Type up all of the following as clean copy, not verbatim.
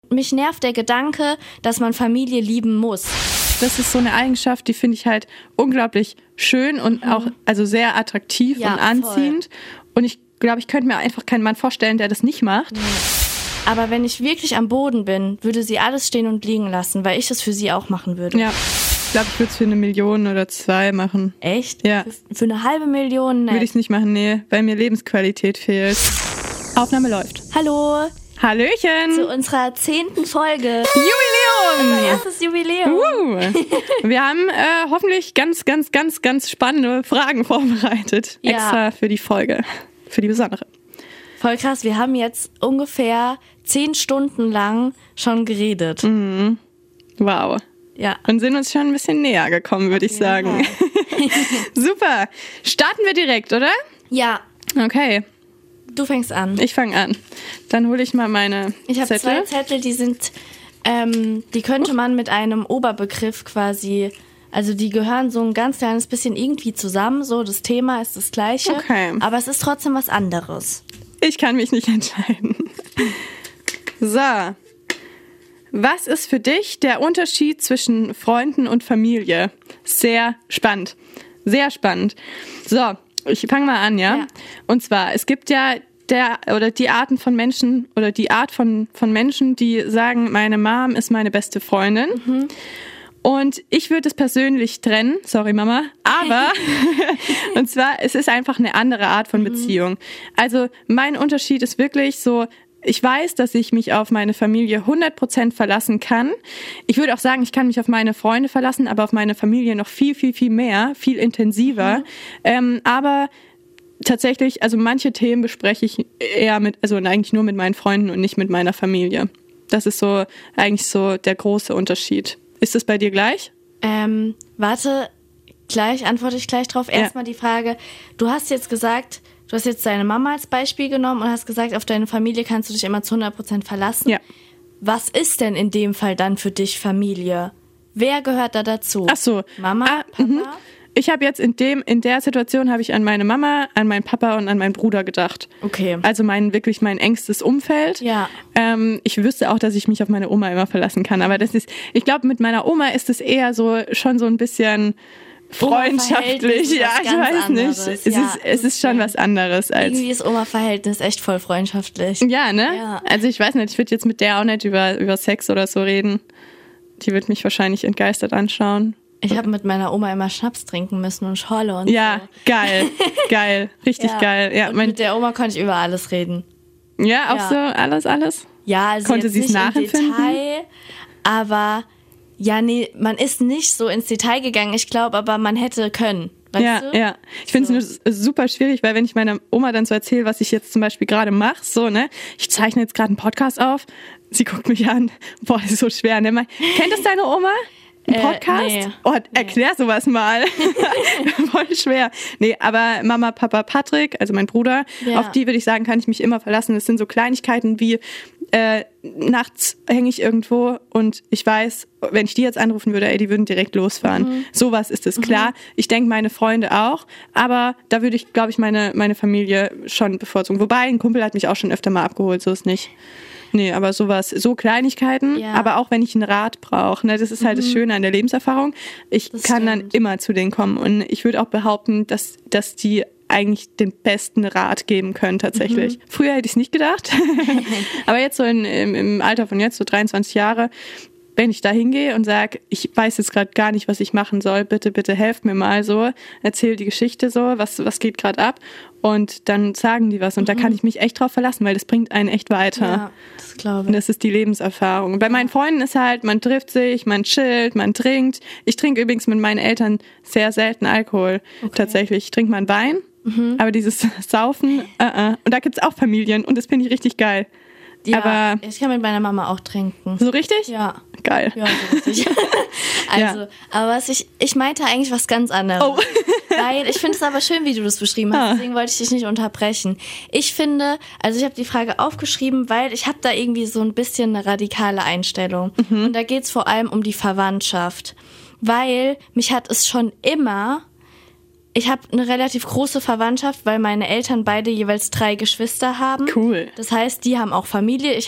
Mich nervt der Gedanke, dass man Familie lieben muss. Das ist so eine Eigenschaft, die finde ich halt unglaublich schön und auch also sehr attraktiv und anziehend. Voll. Und ich glaube, ich könnte mir einfach keinen Mann vorstellen, der das nicht macht. Nee. Aber wenn ich wirklich am Boden bin, würde sie alles stehen und liegen lassen, weil ich das für sie auch machen würde. Ja, ich glaube, ich würde es für 1 Million oder 2 machen. Echt? Ja. Für 1,5 Million? Würde ich es nicht machen, nee, weil mir Lebensqualität fehlt. Aufnahme läuft. Hallo. Hallöchen. Zu unserer 10. Folge. Jubiläum. Unser erstes Jubiläum. Wir haben hoffentlich ganz spannende Fragen vorbereitet. Ja. Extra für die Folge. Für die besondere. Voll krass, wir haben jetzt ungefähr 10 Stunden lang schon geredet. Mhm. Wow. Ja. Und sind uns schon ein bisschen näher gekommen, würde ich sagen. Super. Starten wir direkt, oder? Ja. Okay. Du fängst an. Ich fange an. Dann hole ich mal meine Zettel. Ich habe 2 Zettel, die sind, die könnte man mit einem Oberbegriff quasi, also die gehören so ein ganz kleines bisschen irgendwie zusammen. So, das Thema ist das gleiche. Okay. Aber es ist trotzdem was anderes. Ich kann mich nicht entscheiden. So. Was ist für dich der Unterschied zwischen Freunden und Familie? Sehr spannend. Sehr spannend. So, ich fange mal an, ja? Und zwar, es gibt ja die Arten von Menschen oder die Art von Menschen, die sagen, meine Mom ist meine beste Freundin. Mhm. Und ich würde es persönlich trennen, sorry Mama, aber und zwar, es ist einfach eine andere Art von Beziehung. Also mein Unterschied ist wirklich so, ich weiß, dass ich mich auf meine Familie 100% verlassen kann. Ich würde auch sagen, ich kann mich auf meine Freunde verlassen, aber auf meine Familie noch viel mehr, viel intensiver. Aber tatsächlich, also manche Themen bespreche ich eher eigentlich nur mit meinen Freunden und nicht mit meiner Familie. Das ist so eigentlich so der große Unterschied. Ist das bei dir gleich? Warte, antworte ich gleich drauf. Erstmal die Frage, du hast jetzt gesagt, du hast jetzt deine Mama als Beispiel genommen und hast gesagt, auf deine Familie kannst du dich immer zu 100% verlassen. Ja. Was ist denn in dem Fall dann für dich Familie? Wer gehört da dazu? Ach so. Mama, Papa? Ich habe jetzt in der Situation habe ich an meine Mama, an meinen Papa und an meinen Bruder gedacht. Okay. Also mein engstes Umfeld. Ja. Ich wüsste auch, dass ich mich auf meine Oma immer verlassen kann. Aber ich glaube, mit meiner Oma ist es eher schon so ein bisschen freundschaftlich. Ja, ich weiß nicht. Es ist schon was anderes. Irgendwie ist Oma-Verhältnis echt voll freundschaftlich. Ja, ne? Ja. Also ich weiß nicht, ich würde jetzt mit der auch nicht über Sex oder so reden. Die wird mich wahrscheinlich entgeistert anschauen. Ich habe mit meiner Oma immer Schnaps trinken müssen und Schorle und ja, so. Geil, richtig geil. Ja, und mit der Oma konnte ich über alles reden. Ja, auch so alles? Ja, also konnte sie es nachempfinden? Im Detail, aber ja, nee, man ist nicht so ins Detail gegangen, ich glaube, aber man hätte können. Weißt du? Ja. Ich finde es nur super schwierig, weil wenn ich meiner Oma dann so erzähle, was ich jetzt zum Beispiel gerade mache, so, ne, ich zeichne jetzt gerade einen Podcast auf, sie guckt mich an, boah, das ist so schwer, ne? Kennt das deine Oma? Ein Podcast? Nee. Oh, erklär sowas mal. Voll schwer. Nee, aber Mama, Papa, Patrick, also mein Bruder, auf die würde ich sagen, kann ich mich immer verlassen. Das sind so Kleinigkeiten wie nachts hänge ich irgendwo und ich weiß, wenn ich die jetzt anrufen würde, die würden direkt losfahren. Sowas ist es, klar. Ich denke, meine Freunde auch, aber da würde ich, glaube ich, meine Familie schon bevorzugen. Wobei, ein Kumpel hat mich auch schon öfter mal abgeholt, so ist nicht. Nee, aber sowas, so Kleinigkeiten, aber auch wenn ich einen Rat brauche, ne, das ist halt das Schöne an der Lebenserfahrung. Ich kann dann immer zu denen kommen und ich würde auch behaupten, dass die eigentlich den besten Rat geben können tatsächlich. Früher hätte ich es nicht gedacht, aber jetzt so im Alter von jetzt, so 23 Jahre, wenn ich da hingehe und sage, ich weiß jetzt gerade gar nicht, was ich machen soll, bitte helft mir mal so, erzähl die Geschichte so, was geht gerade ab und dann sagen die was und da kann ich mich echt drauf verlassen, weil das bringt einen echt weiter. Ja, das glaube ich. Und das ist die Lebenserfahrung. Bei meinen Freunden ist halt, man trifft sich, man chillt, man trinkt. Ich trinke übrigens mit meinen Eltern sehr selten Alkohol, tatsächlich. Ich trinke mal einen Wein, aber dieses Saufen, und da gibt's auch Familien und das finde ich richtig geil. Ja, aber ich kann mit meiner Mama auch trinken. So richtig? Ja. Geil. Ja, so richtig. Also, aber ich meinte eigentlich was ganz anderes. Oh. Weil ich finde es aber schön, wie du das beschrieben hast, deswegen wollte ich dich nicht unterbrechen. Ich finde, also ich habe die Frage aufgeschrieben, weil ich habe da irgendwie so ein bisschen eine radikale Einstellung. Und da geht's vor allem um die Verwandtschaft. Weil mich hat es schon immer... Ich habe eine relativ große Verwandtschaft, weil meine Eltern beide jeweils 3 Geschwister haben. Cool. Das heißt, die haben auch Familie. Ich habe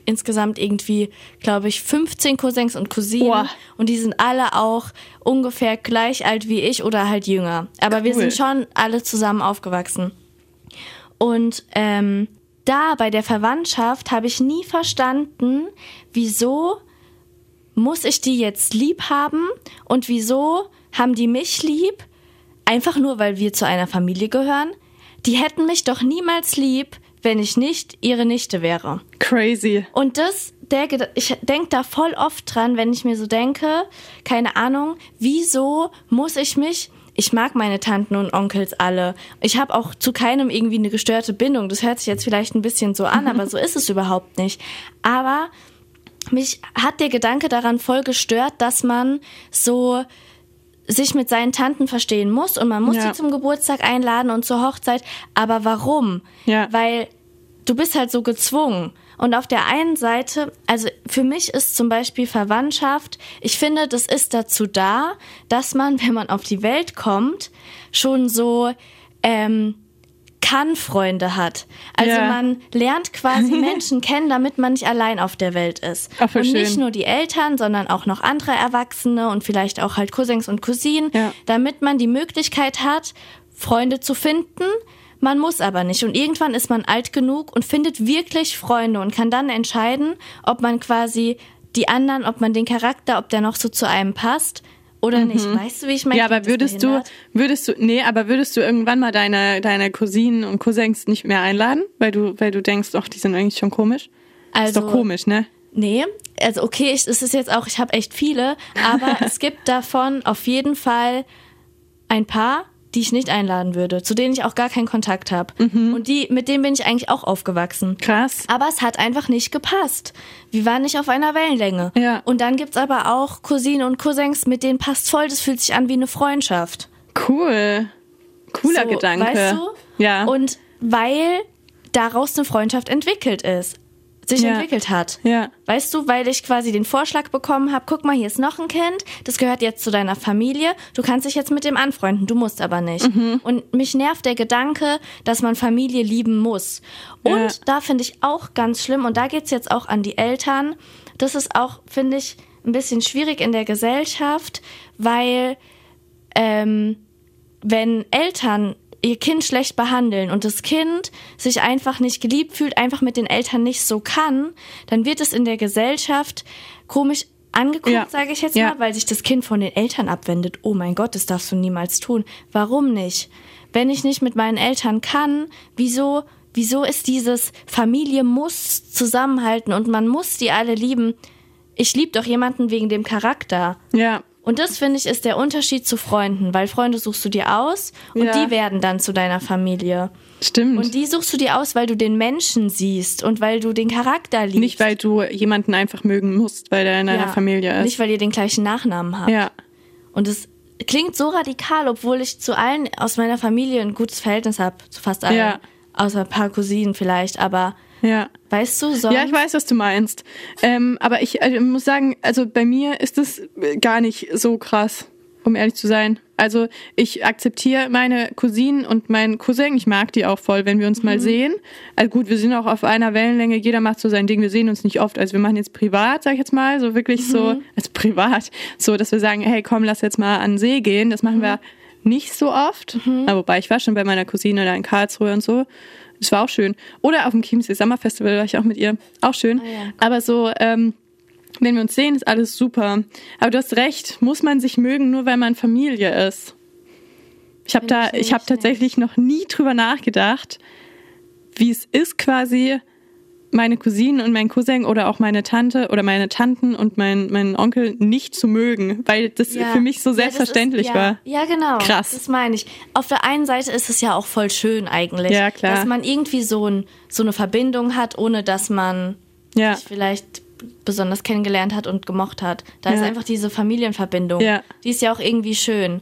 insgesamt irgendwie, glaube ich, 15 Cousins und Cousinen. Boah. Und die sind alle auch ungefähr gleich alt wie ich oder halt jünger. Aber wir sind schon alle zusammen aufgewachsen. Und da bei der Verwandtschaft habe ich nie verstanden, wieso muss ich die jetzt lieb haben und wieso haben die mich lieb, einfach nur, weil wir zu einer Familie gehören. Die hätten mich doch niemals lieb, wenn ich nicht ihre Nichte wäre. Crazy. Und ich denke da voll oft dran, wenn ich mir so denke, keine Ahnung, wieso muss ich mag meine Tanten und Onkels alle. Ich habe auch zu keinem irgendwie eine gestörte Bindung. Das hört sich jetzt vielleicht ein bisschen so an, aber so ist es überhaupt nicht. Aber mich hat der Gedanke daran voll gestört, dass man so sich mit seinen Tanten verstehen muss und man muss sie zum Geburtstag einladen und zur Hochzeit. Aber warum? Ja. Weil du bist halt so gezwungen. Und auf der einen Seite, also für mich ist zum Beispiel Verwandtschaft, ich finde, das ist dazu da, dass man, wenn man auf die Welt kommt, schon so Kann-Freunde hat. Also man lernt quasi Menschen kennen, damit man nicht allein auf der Welt ist. Ach, voll und nicht schön. nur die Eltern, sondern auch noch andere Erwachsene und vielleicht auch halt Cousins und Cousinen, damit man die Möglichkeit hat, Freunde zu finden. Man muss aber nicht. Und irgendwann ist man alt genug und findet wirklich Freunde und kann dann entscheiden, ob man quasi die anderen, ob man den Charakter, ob der noch so zu einem passt oder nicht. Weißt du, wie ich meine? Ja, aber würdest du irgendwann mal deine Cousinen und Cousins nicht mehr einladen? Weil du denkst, ach, die sind eigentlich schon komisch? Also, ist doch komisch, ne? Nee, also okay, es ist jetzt auch, ich habe echt viele, aber es gibt davon auf jeden Fall ein paar, die ich nicht einladen würde, zu denen ich auch gar keinen Kontakt habe. Und mit denen bin ich eigentlich auch aufgewachsen. Krass. Aber es hat einfach nicht gepasst. Wir waren nicht auf einer Wellenlänge. Ja. Und dann gibt's aber auch Cousinen und Cousins, mit denen passt voll, das fühlt sich an wie eine Freundschaft. Cool. Cooler so, Gedanke. Weißt du? Ja. Und weil daraus eine Freundschaft sich entwickelt hat. Ja. Weißt du, weil ich quasi den Vorschlag bekommen habe, guck mal, hier ist noch ein Kind, das gehört jetzt zu deiner Familie, du kannst dich jetzt mit dem anfreunden, du musst aber nicht. Und mich nervt der Gedanke, dass man Familie lieben muss. Und da finde ich auch ganz schlimm, und da geht's jetzt auch an die Eltern, das ist auch, finde ich, ein bisschen schwierig in der Gesellschaft, weil wenn Eltern ihr Kind schlecht behandeln und das Kind sich einfach nicht geliebt fühlt, einfach mit den Eltern nicht so kann, dann wird es in der Gesellschaft komisch angeguckt, sage ich jetzt mal, weil sich das Kind von den Eltern abwendet. Oh mein Gott, das darfst du niemals tun. Warum nicht? Wenn ich nicht mit meinen Eltern kann, wieso ist dieses Familie muss zusammenhalten und man muss die alle lieben? Ich liebe doch jemanden wegen dem Charakter. Ja. Und das, finde ich, ist der Unterschied zu Freunden, weil Freunde suchst du dir aus und die werden dann zu deiner Familie. Stimmt. Und die suchst du dir aus, weil du den Menschen siehst und weil du den Charakter liebst. Nicht, weil du jemanden einfach mögen musst, weil der in deiner Familie ist. Nicht, weil ihr den gleichen Nachnamen habt. Ja. Und es klingt so radikal, obwohl ich zu allen aus meiner Familie ein gutes Verhältnis habe, zu fast allen. Ja. Außer ein paar Cousinen vielleicht, aber weißt du, sonst... Ja, ich weiß, was du meinst. Aber ich muss sagen, also bei mir ist es gar nicht so krass, um ehrlich zu sein. Also ich akzeptiere meine Cousinen und meinen Cousin, ich mag die auch voll, wenn wir uns mal sehen. Also gut, wir sind auch auf einer Wellenlänge, jeder macht so sein Ding, wir sehen uns nicht oft. Also wir machen jetzt privat, sag ich jetzt mal, so wirklich so, also privat, so, dass wir sagen, hey komm, lass jetzt mal an den See gehen. Das machen wir nicht so oft. Aber wobei, ich war schon bei meiner Cousine da in Karlsruhe und so. Das war auch schön. Oder auf dem Chiemsee Summer Festival war ich auch mit ihr. Auch schön. Oh ja. Aber so, wenn wir uns sehen, ist alles super. Aber du hast recht, muss man sich mögen, nur weil man Familie ist. Ich habe tatsächlich noch nie drüber nachgedacht, wie es ist, quasi meine Cousinen und mein Cousin oder auch meine Tante oder meine Tanten und meinen Onkel nicht zu mögen, weil das für mich so selbstverständlich war. Ja, genau. Krass. Das meine ich. Auf der einen Seite ist es ja auch voll schön eigentlich, Ja, klar. dass man irgendwie so eine Verbindung hat, ohne dass man sich vielleicht besonders kennengelernt hat und gemocht hat. Da ist einfach diese Familienverbindung. Ja. Die ist ja auch irgendwie schön.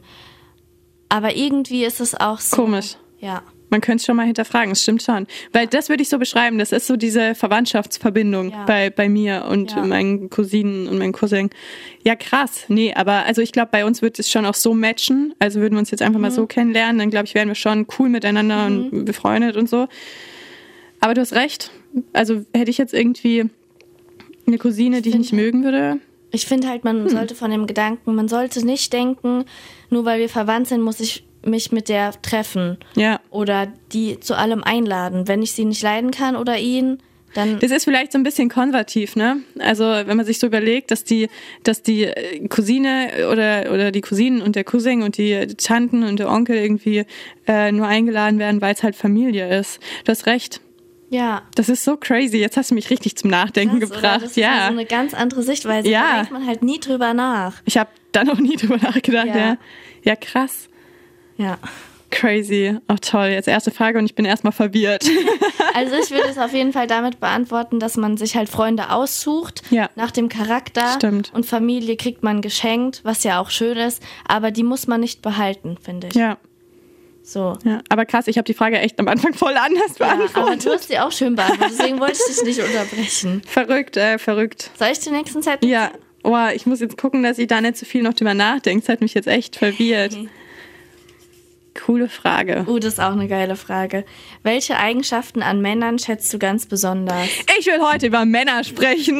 Aber irgendwie ist es auch so... Komisch. Ja. Man könnte es schon mal hinterfragen, es stimmt schon. Weil das würde ich so beschreiben, das ist so diese Verwandtschaftsverbindung bei mir und meinen Cousinen und meinen Cousin. Ja, krass. Nee, aber also ich glaube, bei uns wird es schon auch so matchen. Also würden wir uns jetzt einfach mal so kennenlernen, dann glaube ich, wären wir schon cool miteinander und befreundet und so. Aber du hast recht. Also hätte ich jetzt irgendwie Eine Cousine, die ich nicht mögen würde? Ich finde halt, man sollte nicht denken, nur weil wir verwandt sind, muss ich mich mit der treffen. Ja. Oder die zu allem einladen. Wenn ich sie nicht leiden kann oder ihn, dann... Das ist vielleicht so ein bisschen konservativ, ne? Also wenn man sich so überlegt, dass die Cousine oder die Cousinen und der Cousin und die Tanten und der Onkel irgendwie nur eingeladen werden, weil es halt Familie ist. Du hast recht. Ja. Das ist so crazy. Jetzt hast du mich richtig zum Nachdenken Krass, gebracht. Das ist ja so eine ganz andere Sichtweise. Ja. Da denkt man halt nie drüber nach. Ich habe da noch nie drüber nachgedacht. Ja, ja krass. Ja. Crazy. Oh toll. Jetzt erste Frage und ich bin erstmal verwirrt. Also ich würde es auf jeden Fall damit beantworten, dass man sich halt Freunde aussucht, nach dem Charakter. Stimmt. Und Familie kriegt man geschenkt, was ja auch schön ist, aber die muss man nicht behalten, finde ich. Ja. So. Ja, aber krass, ich habe die Frage echt am Anfang voll anders beantwortet. Aber du hast sie auch schön beantwortet, deswegen wollte ich dich nicht unterbrechen. Verrückt. Soll ich den nächsten Zettel? Ja. Oh, ich muss jetzt gucken, dass ich da nicht so viel noch drüber nachdenke. Das hat mich jetzt echt verwirrt. Okay. Coole Frage. Das ist auch eine geile Frage. Welche Eigenschaften an Männern schätzt du ganz besonders? Ich will heute über Männer sprechen.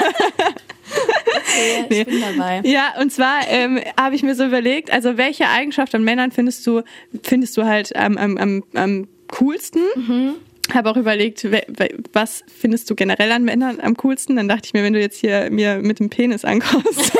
Okay, ich bin dabei. Ja, und zwar habe ich mir so überlegt, also welche Eigenschaft an Männern findest du halt am coolsten? Mhm. Habe auch überlegt, was findest du generell an Männern am coolsten? Dann dachte ich mir, wenn du jetzt hier mir mit dem Penis ankommst,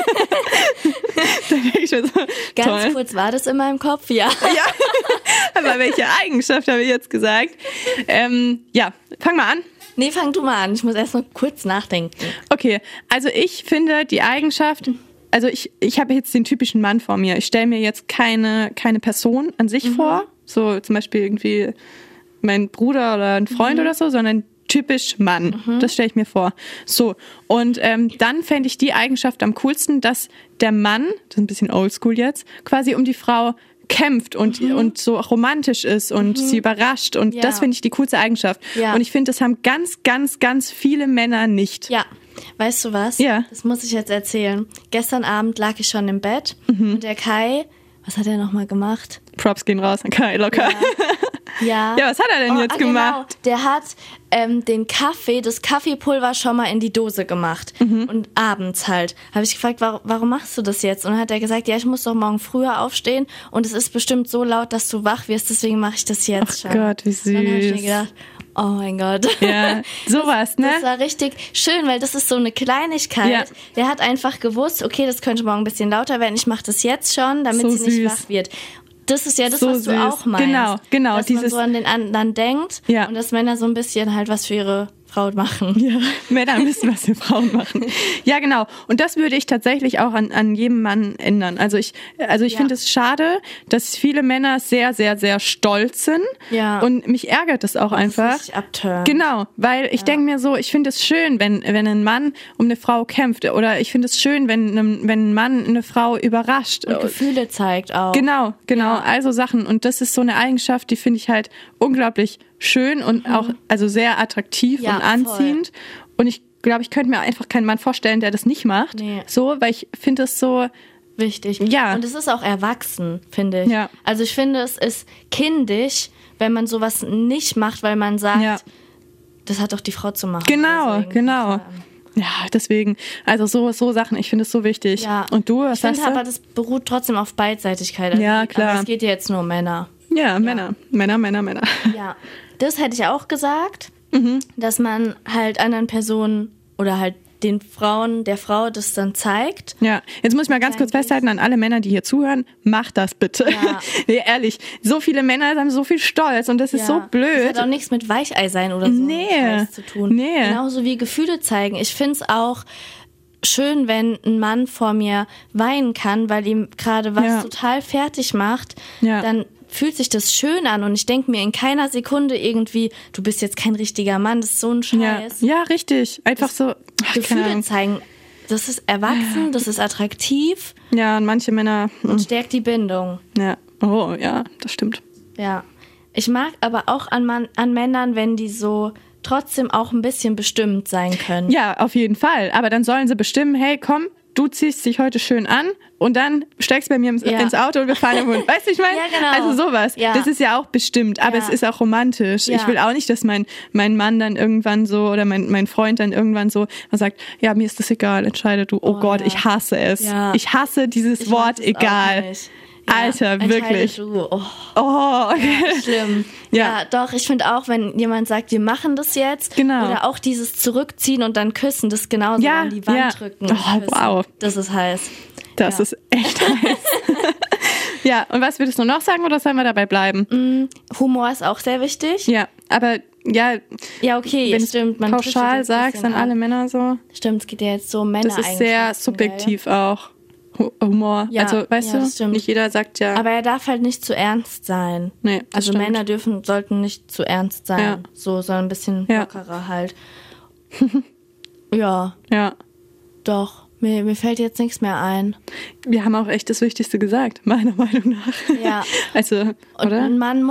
dann denke ich mir so, ganz toll. Kurz war das in meinem Kopf, ja. Ja, aber welche Eigenschaft habe ich jetzt gesagt? Ja, fang mal an. Nee, fang du mal an. Ich muss erst noch kurz nachdenken. Okay, also ich finde die Eigenschaft, also ich habe jetzt den typischen Mann vor mir. Ich stelle mir jetzt keine Person an sich vor, so zum Beispiel irgendwie mein Bruder oder ein Freund oder so, sondern typisch Mann. Das stelle ich mir vor. So, und dann fände ich die Eigenschaft am coolsten, dass der Mann, das ist ein bisschen oldschool jetzt, quasi um die Frau kämpft und so romantisch ist und sie überrascht. Und das finde ich die coolste Eigenschaft. Ja. Und ich finde, das haben ganz, ganz, ganz viele Männer nicht. Ja. Weißt du was? Ja. Das muss ich jetzt erzählen. Gestern Abend lag ich schon im Bett und der Kai, was hat er nochmal gemacht? Props gehen raus an Kai, locker. Ja. Ja, was hat er denn jetzt gemacht? Genau. Der hat das Kaffeepulver schon mal in die Dose gemacht. Und abends halt. Habe ich gefragt, warum machst du das jetzt? Und dann hat er gesagt, ja, ich muss doch morgen früher aufstehen und es ist bestimmt so laut, dass du wach wirst, deswegen mache ich das jetzt schon. Oh Gott, wie süß. Dann habe ich mir gedacht, oh mein Gott. Ja, sowas, ne? Das war richtig schön, weil das ist so eine Kleinigkeit. Ja. Der hat einfach gewusst, okay, das könnte morgen ein bisschen lauter werden, ich mache das jetzt schon, damit so sie nicht süß. wach wird. Das ist ja das, so was du süß. auch meinst. Genau. Dass man so an den anderen denkt und dass Männer so ein bisschen halt was für ihre Frau machen. Ja, Männer müssen was für Frauen machen. Ja, genau. Und das würde ich tatsächlich auch an jedem Mann ändern. Also ich finde es schade, dass viele Männer sehr, sehr, sehr stolz sind. Ja. Und mich ärgert das auch einfach. Das ist abturnt. Genau, weil ich denke mir so, ich finde es schön, wenn ein Mann um eine Frau kämpft. Oder ich finde es schön, wenn ein Mann eine Frau überrascht. Und Gefühle zeigt auch. Genau. Ja. Also Sachen. Und das ist so eine Eigenschaft, die finde ich halt unglaublich schön und auch also sehr attraktiv und anziehend. Voll. Und ich glaube, ich könnte mir einfach keinen Mann vorstellen, der das nicht macht. Nee. So, weil ich finde es so wichtig. Ja. Und es ist auch erwachsen, finde ich. Ja. Also ich finde, es ist kindisch, wenn man sowas nicht macht, weil man sagt, das hat doch die Frau zu machen. Genau. Ja, deswegen, also so Sachen, ich finde es so wichtig. Ja. Und du, was sagst du? Aber das beruht trotzdem auf Beidseitigkeit. Also ja, klar. Aber es geht ja jetzt nur um Männer. Ja, Männer. Ja, das hätte ich auch gesagt, dass man halt anderen Personen oder halt den Frauen, der Frau das dann zeigt. Ja, jetzt muss ich mal ganz kurz festhalten an alle Männer, die hier zuhören, macht das bitte. Ja. Nee, ehrlich, so viele Männer haben so viel Stolz und das ist so blöd. Das hat auch nichts mit Weichei sein oder so zu tun. Nee. Genauso wie Gefühle zeigen. Ich finde es auch schön, wenn ein Mann vor mir weinen kann, weil ihm gerade was total fertig macht, dann fühlt sich das schön an und ich denke mir in keiner Sekunde irgendwie, du bist jetzt kein richtiger Mann, das ist so ein Scheiß. Ja, richtig. Einfach so Gefühle zeigen. Das ist erwachsen, das ist attraktiv. Ja, und manche Männer und stärkt die Bindung. Ja. Oh, ja, das stimmt. Ja. Ich mag aber auch an Männern, wenn die so trotzdem auch ein bisschen bestimmt sein können. Ja, auf jeden Fall. Aber dann sollen sie bestimmen, hey, komm, du ziehst dich heute schön an und dann steigst bei mir ins Auto und wir fahren irgendwo. Weißt du, ich meine? Ja, genau. Also sowas. Ja. Das ist ja auch bestimmt, aber es ist auch romantisch. Ja. Ich will auch nicht, dass mein Mann dann irgendwann so oder mein Freund dann irgendwann so sagt, ja, mir ist das egal, entscheide du. Oh Gott, ich hasse es. Ja. Ich hasse dieses Wort egal. Ja, Alter, wirklich. Du. Oh, okay. Ja, schlimm. Ja, doch, ich finde auch, wenn jemand sagt, wir machen das jetzt, oder auch dieses Zurückziehen und dann küssen, das genauso an die Wand drücken. Oh, wow. Das ist heiß. Das ist echt heiß. Ja, und was würdest du noch sagen oder sollen wir dabei bleiben? Humor ist auch sehr wichtig. Ja, aber ja, okay, wenn stimmt. Man pauschal sagst an alle Männer so. Stimmt, es geht ja jetzt so um Männer. Das ist sehr subjektiv auch. Humor. Ja, also, weißt du, stimmt. Nicht jeder sagt ja. Aber er darf halt nicht zu ernst sein. Nee, also stimmt. Männer sollten nicht zu ernst sein. Ja. So ein bisschen lockerer halt. Ja. Doch. Mir fällt jetzt nichts mehr ein. Wir haben auch echt das Wichtigste gesagt, meiner Meinung nach. Ja. Also, oder? Und man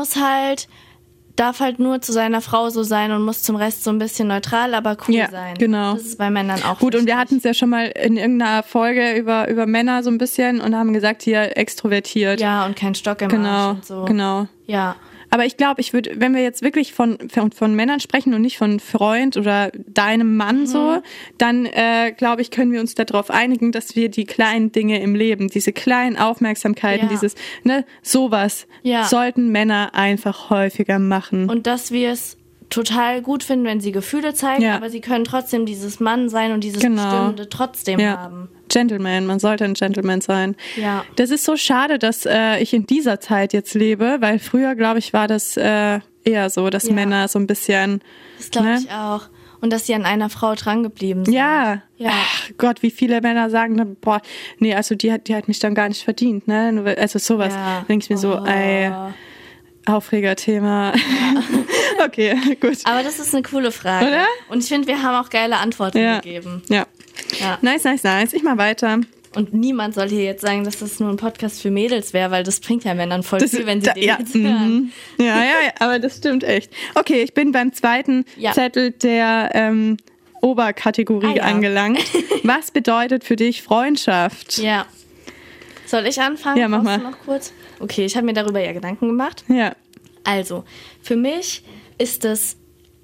darf halt nur zu seiner Frau so sein und muss zum Rest so ein bisschen neutral, aber cool sein. Genau. Das ist bei Männern auch gut. wichtig. Und wir hatten es ja schon mal in irgendeiner Folge über Männer so ein bisschen und haben gesagt, hier extrovertiert. Ja, und kein Stock im Arsch und so. Genau. Ja. Aber ich glaube, wenn wir jetzt wirklich von Männern sprechen und nicht von Freund oder deinem Mann so, dann glaube ich, können wir uns darauf einigen, dass wir die kleinen Dinge im Leben, diese kleinen Aufmerksamkeiten, dieses, sowas, sollten Männer einfach häufiger machen. Und dass wir es total gut finden, wenn sie Gefühle zeigen, aber sie können trotzdem dieses Mann sein und dieses Bestimmte trotzdem haben. Gentleman, man sollte ein Gentleman sein. Ja. Das ist so schade, dass ich in dieser Zeit jetzt lebe, weil früher, glaube ich, war das eher so, dass Männer so ein bisschen... Das glaube ich auch. Und dass sie an einer Frau dran geblieben sind. Ja. Ach Gott, wie viele Männer sagen, boah, nee, also die hat mich dann gar nicht verdient, ne? Also sowas. Da denke ich mir so, ey... Aufregerthema. Ja. Okay, gut. Aber das ist eine coole Frage. Oder? Und ich finde, wir haben auch geile Antworten gegeben. Ja. Nice. Ich mal weiter. Und niemand soll hier jetzt sagen, dass das nur ein Podcast für Mädels wäre, weil das bringt ja Männern voll viel, wenn sie den jetzt hören. Ja, aber das stimmt echt. Okay, ich bin beim zweiten Zettel der Oberkategorie angelangt. Was bedeutet für dich Freundschaft? Ja. Soll ich anfangen? Ja, mach mal. Noch kurz? Okay, ich habe mir darüber Gedanken gemacht. Ja. Also, für mich ist es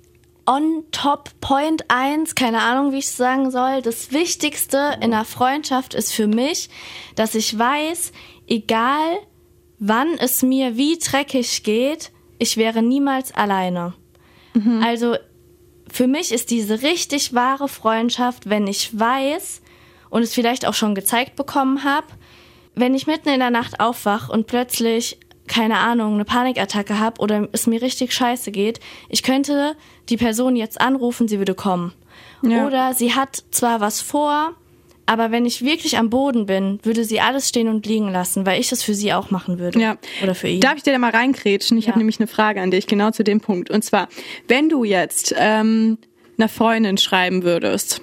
on top Point 1, keine Ahnung, wie ich es sagen soll. Das Wichtigste in einer Freundschaft ist für mich, dass ich weiß, egal wann es mir wie dreckig geht, ich wäre niemals alleine. Also, für mich ist diese richtig wahre Freundschaft, wenn ich weiß und es vielleicht auch schon gezeigt bekommen habe, wenn ich mitten in der Nacht aufwache und plötzlich, keine Ahnung, eine Panikattacke habe oder es mir richtig scheiße geht, ich könnte die Person jetzt anrufen, sie würde kommen. Ja. Oder sie hat zwar was vor, aber wenn ich wirklich am Boden bin, würde sie alles stehen und liegen lassen, weil ich das für sie auch machen würde. Ja. Oder für ihn. Darf ich dir da mal reinkrätschen? Ich habe nämlich eine Frage an dich, genau zu dem Punkt. Und zwar, wenn du jetzt einer Freundin schreiben würdest,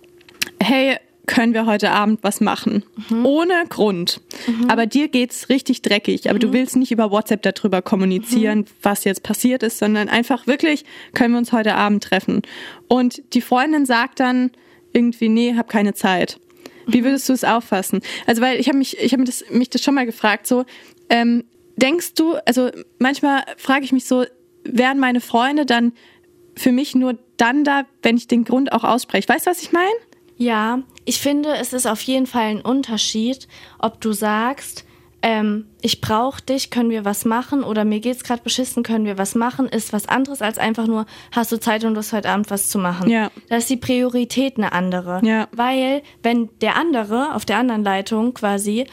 hey, können wir heute Abend was machen? Ohne Grund. Aber dir geht's richtig dreckig. Aber du willst nicht über WhatsApp darüber kommunizieren, was jetzt passiert ist, sondern einfach wirklich, können wir uns heute Abend treffen? Und die Freundin sagt dann irgendwie, nee, hab keine Zeit. Wie würdest du es auffassen? Also, weil ich habe mich das schon mal gefragt, so, denkst du, also manchmal frage ich mich so, wären meine Freunde dann für mich nur dann da, wenn ich den Grund auch ausspreche? Weißt du, was ich meine? Ja, ich finde, es ist auf jeden Fall ein Unterschied, ob du sagst, ich brauche dich, können wir was machen, oder mir geht's gerade beschissen, können wir was machen, ist was anderes als einfach nur, hast du Zeit und Lust, heute Abend was zu machen. Ja. Da ist die Priorität eine andere. Ja. Weil, wenn der andere auf der anderen Leitung quasi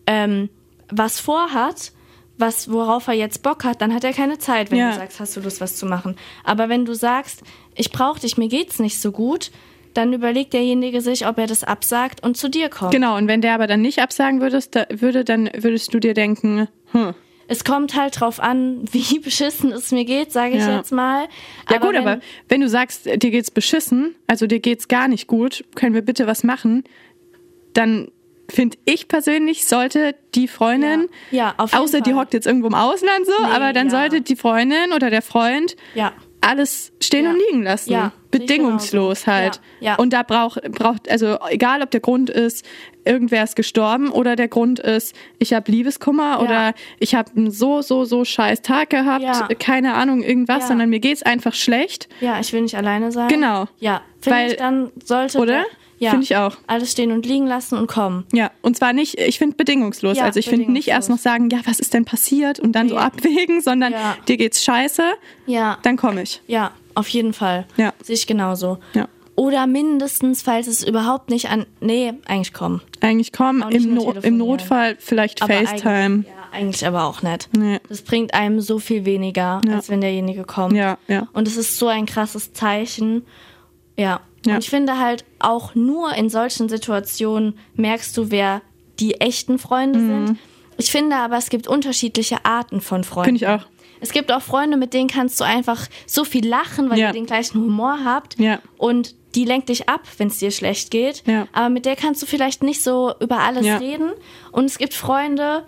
was vorhat, worauf er jetzt Bock hat, dann hat er keine Zeit, wenn du sagst, hast du Lust, was zu machen. Aber wenn du sagst, ich brauche dich, mir geht's nicht so gut, dann überlegt derjenige sich, ob er das absagt und zu dir kommt. Genau, und wenn der aber dann nicht absagen würde, dann würdest du dir denken, Es kommt halt drauf an, wie beschissen es mir geht, sage ich jetzt mal. Ja gut, aber wenn du sagst, dir geht's beschissen, also dir geht's gar nicht gut, können wir bitte was machen, dann finde ich persönlich, sollte die Freundin, auf jeden außer Fall. Die hockt jetzt irgendwo im Ausland so, aber dann sollte die Freundin oder der Freund alles stehen und liegen lassen. Ja, bedingungslos halt. Ja. Und da braucht, also egal ob der Grund ist, irgendwer ist gestorben oder der Grund ist, ich habe Liebeskummer oder ich habe einen so scheiß Tag gehabt, keine Ahnung, irgendwas, sondern mir geht's einfach schlecht. Ja, ich will nicht alleine sein. Genau. Ja, finde ich, dann sollte... Oder? Ja, finde ich auch. Alles stehen und liegen lassen und kommen. Ja, und zwar nicht, ich finde bedingungslos. Also ich finde nicht erst noch sagen, ja, was ist denn passiert und dann so abwägen, sondern dir geht's scheiße, dann komme ich. Ja, auf jeden Fall. Ja. Sehe ich genauso. Ja. Oder mindestens, falls es überhaupt nicht eigentlich kommen. Eigentlich kommen, im Notfall vielleicht aber FaceTime. Eigentlich aber auch nicht. Nee. Das bringt einem so viel weniger, als wenn derjenige kommt. Ja. Und es ist so ein krasses Zeichen. Ja. Und ich finde halt auch nur in solchen Situationen merkst du, wer die echten Freunde sind. Ich finde aber, es gibt unterschiedliche Arten von Freunden. Finde ich auch. Es gibt auch Freunde, mit denen kannst du einfach so viel lachen, weil ihr den gleichen Humor habt. Ja. Und die lenkt dich ab, wenn es dir schlecht geht. Ja. Aber mit der kannst du vielleicht nicht so über alles reden. Und es gibt Freunde,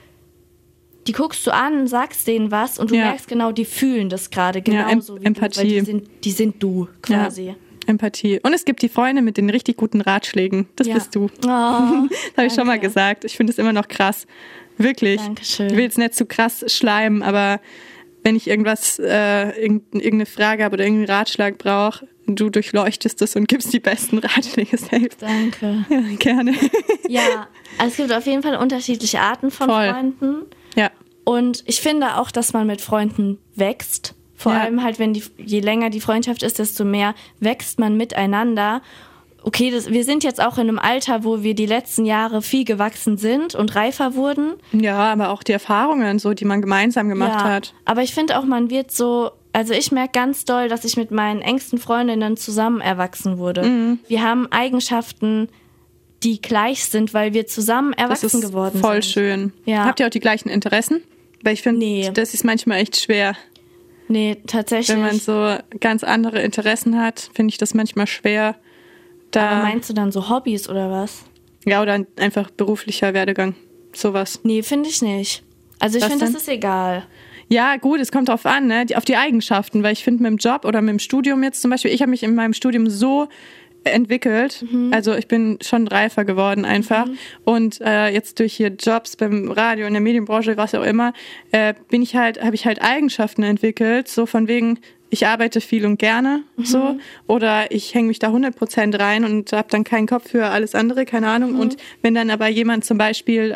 die guckst du an, sagst denen was und du merkst genau, die fühlen das gerade genauso wie Empathie. du. Weil die sind du quasi. Ja. Empathie. Und es gibt die Freunde mit den richtig guten Ratschlägen. Das bist du. Oh, das habe ich schon mal gesagt. Ich finde es immer noch krass. Wirklich. Dankeschön. Ich will jetzt nicht zu krass schleimen, aber wenn ich irgendwas, irgendeine Frage habe oder irgendeinen Ratschlag brauche, du durchleuchtest es und gibst die besten Ratschläge selbst. Danke. Ja, gerne. Ja, also es gibt auf jeden Fall unterschiedliche Arten von Freunden. Ja. Und ich finde auch, dass man mit Freunden wächst. Vor allem halt, je länger die Freundschaft ist, desto mehr wächst man miteinander. Okay, wir sind jetzt auch in einem Alter, wo wir die letzten Jahre viel gewachsen sind und reifer wurden. Ja, aber auch die Erfahrungen, so, die man gemeinsam gemacht hat. Aber ich finde auch, man wird so, also ich merke ganz doll, dass ich mit meinen engsten Freundinnen zusammen erwachsen wurde. Wir haben Eigenschaften, die gleich sind, weil wir zusammen erwachsen geworden sind. Voll schön. Ja. Habt ihr auch die gleichen Interessen? Weil ich finde, das ist manchmal echt schwer. Nee, tatsächlich. Wenn man so ganz andere Interessen hat, finde ich das manchmal schwer. Aber meinst du dann so Hobbys oder was? Ja, oder einfach beruflicher Werdegang, sowas. Nee, finde ich nicht. Also ich finde, das ist egal. Ja, gut, es kommt drauf an, ne? Auf die Eigenschaften, weil ich finde mit dem Job oder mit dem Studium jetzt zum Beispiel, ich habe mich in meinem Studium so entwickelt, also ich bin schon reifer geworden einfach und jetzt durch hier Jobs beim Radio, in der Medienbranche, was auch immer, habe ich halt Eigenschaften entwickelt, so von wegen, ich arbeite viel und gerne, so, oder ich hänge mich da 100% rein und habe dann keinen Kopf für alles andere, keine Ahnung. Und wenn dann aber jemand zum Beispiel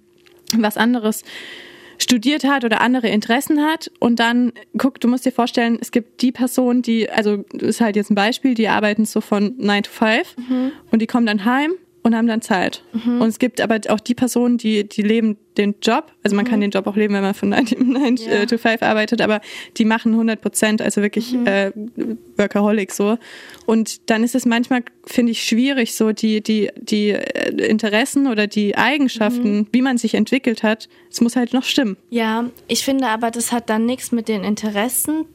was anderes studiert hat oder andere Interessen hat und dann, du musst dir vorstellen, es gibt die Person, also das ist halt jetzt ein Beispiel, die arbeiten so von 9 to 5 und die kommen dann heim und haben dann Zeit. Und es gibt aber auch die Personen, die leben den Job, also man kann den Job auch leben, wenn man von 9 to 5 arbeitet, aber die machen 100%, also wirklich Workaholic so. Und dann ist es manchmal, finde ich, schwierig, so die Interessen oder die Eigenschaften, wie man sich entwickelt hat, es muss halt noch stimmen. Ja, ich finde aber, das hat dann nichts mit den Interessen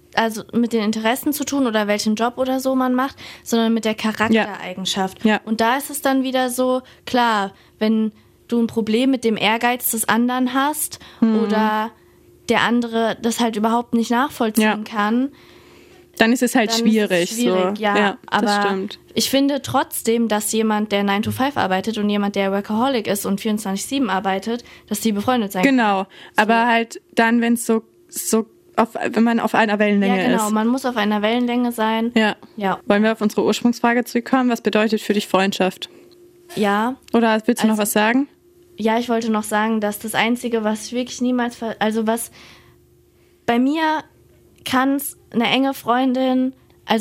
zu tun oder welchen Job oder so man macht, sondern mit der Charaktereigenschaft. Ja. Und da ist es dann wieder so, klar, wenn du ein Problem mit dem Ehrgeiz des anderen hast oder der andere das halt überhaupt nicht nachvollziehen kann, dann ist es halt schwierig. So. Ja, aber stimmt. Ich finde trotzdem, dass jemand, der 9 to 5 arbeitet und jemand, der Workaholic ist und 24/7 arbeitet, dass die befreundet sein können. Genau, aber halt dann, wenn es so wenn man auf einer Wellenlänge ist. Ja, genau, man muss auf einer Wellenlänge sein. Ja. Wollen wir auf unsere Ursprungsfrage zurückkommen? Was bedeutet für dich Freundschaft? Ja. Oder willst du noch was sagen? Ja, ich wollte noch sagen, dass das Einzige, was ich wirklich niemals... was bei mir kann es eine enge Freundin...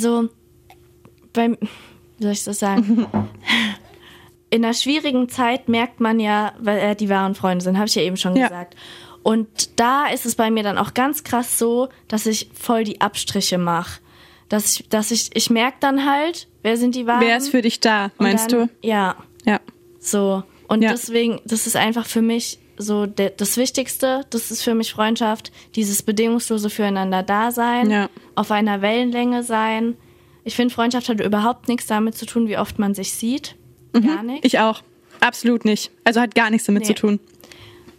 wie soll ich das sagen? In einer schwierigen Zeit merkt man ja, weil die wahren Freunde sind, habe ich ja eben schon gesagt. Und da ist es bei mir dann auch ganz krass so, dass ich voll die Abstriche mache. Dass ich merke dann halt, wer sind die Wahren. Wer ist für dich da, meinst du? Ja. Ja. So. Und deswegen, das ist einfach für mich so das Wichtigste. Das ist für mich Freundschaft. Dieses bedingungslose Füreinander-Dasein. Ja. Auf einer Wellenlänge sein. Ich finde, Freundschaft hat überhaupt nichts damit zu tun, wie oft man sich sieht. Gar nichts. Ich auch. Absolut nicht. Also hat gar nichts damit zu tun.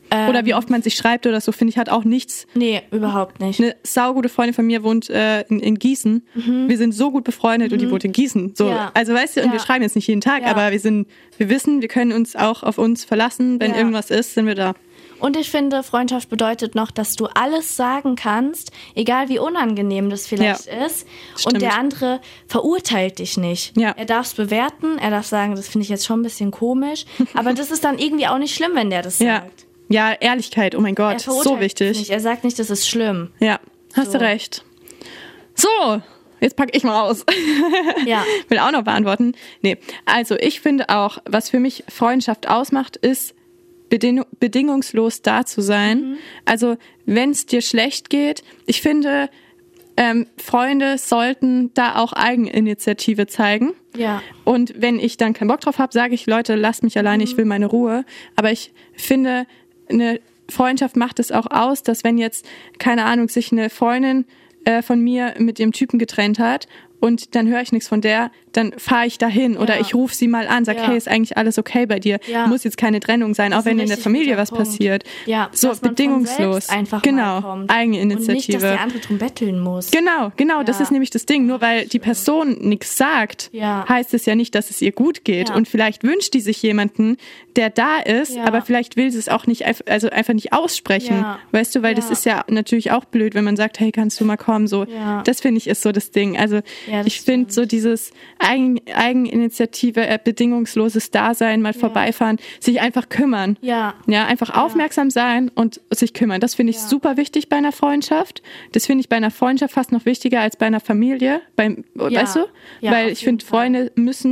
Oder wie oft man sich schreibt oder so, finde ich, hat auch nichts. Nee, überhaupt nicht. Eine saugute Freundin von mir wohnt in Gießen. Wir sind so gut befreundet und die wohnt in Gießen. So, Ja. also weißt du, und wir schreiben jetzt nicht jeden Tag, aber wir wissen, wir können uns auch auf uns verlassen. Wenn irgendwas ist, sind wir da. Und ich finde, Freundschaft bedeutet noch, dass du alles sagen kannst, egal wie unangenehm das vielleicht ist. Stimmt. Und der andere verurteilt dich nicht. Ja. Er darf es bewerten, er darf sagen, das finde ich jetzt schon ein bisschen komisch. Aber das ist dann irgendwie auch nicht schlimm, wenn der das sagt. Ja, Ehrlichkeit, oh mein Gott, Er verurteilt so wichtig. dich nicht. Er sagt nicht, das ist schlimm. Ja, hast du recht. So, jetzt packe ich mal aus. Ja. Will auch noch beantworten. Nee, also ich finde auch, was für mich Freundschaft ausmacht, ist bedingungslos da zu sein. Also wenn es dir schlecht geht, ich finde, Freunde sollten da auch Eigeninitiative zeigen. Ja. Und wenn ich dann keinen Bock drauf habe, sage ich, Leute, lasst mich alleine, ich will meine Ruhe. Aber ich finde, eine Freundschaft macht es auch aus, dass wenn jetzt, keine Ahnung, sich eine Freundin von mir mit dem Typen getrennt hat und dann höre ich nichts von der, dann fahre ich dahin oder ich rufe sie mal an, sag, hey, ist eigentlich alles okay bei dir? Muss jetzt keine Trennung sein, auch wenn in der Familie was passiert. Ja, so dass man bedingungslos. Einfach genau, mal kommt. Eigeninitiative. Und nicht, dass der andere drum betteln muss. Genau, das ist nämlich das Ding. Nur weil die Person nichts sagt, heißt es ja nicht, dass es ihr gut geht. Ja. Und vielleicht wünscht die sich jemanden, der da ist, aber vielleicht will sie es auch nicht, also einfach nicht aussprechen. Ja. Weißt du, weil das ist ja natürlich auch blöd, wenn man sagt, hey, kannst du mal kommen? So, das finde ich ist so das Ding. Also ich finde so dieses Eigeninitiative, bedingungsloses Dasein, mal vorbeifahren, sich einfach kümmern. Ja, einfach aufmerksam sein und sich kümmern. Das finde ich super wichtig bei einer Freundschaft. Das finde ich bei einer Freundschaft fast noch wichtiger als bei einer Familie. Weißt du? Ja, weil ich finde, Freunde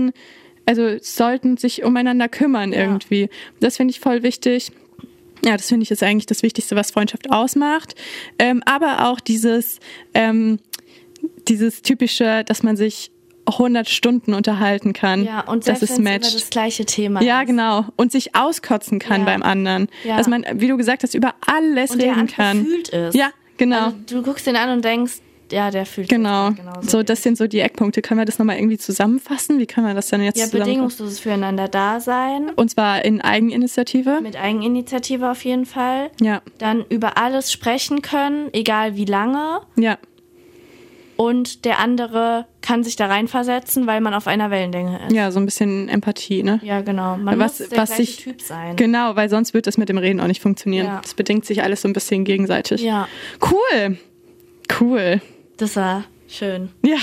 sollten sich umeinander kümmern irgendwie. Das finde ich voll wichtig. Ja, das finde ich ist eigentlich das Wichtigste, was Freundschaft ausmacht. Aber auch dieses typische, dass man sich 100 Stunden unterhalten kann. Ja, und das ist immer das gleiche Thema Ja, ist. genau. Und sich auskotzen kann beim anderen. Ja. Dass man, wie du gesagt hast, über alles und reden der kann. Fühlt es. Ja, genau. Also, du guckst den an und denkst, ja, der fühlt genau. es. Genau. So, das sind so die Eckpunkte. Können wir das nochmal irgendwie zusammenfassen? Wie kann man das dann jetzt zusammenfassen? Bedingungsloses füreinander da sein. Und zwar in Eigeninitiative. Mit Eigeninitiative auf jeden Fall. Ja. Dann über alles sprechen können, egal wie lange. Ja. Und der andere kann sich da reinversetzen, weil man auf einer Wellenlänge ist. Ja, so ein bisschen Empathie, ne? Ja, genau. Man muss der gleiche Typ sein. Genau, weil sonst wird das mit dem Reden auch nicht funktionieren. Ja. Das bedingt sich alles so ein bisschen gegenseitig. Ja. Cool. Das war schön. Ja.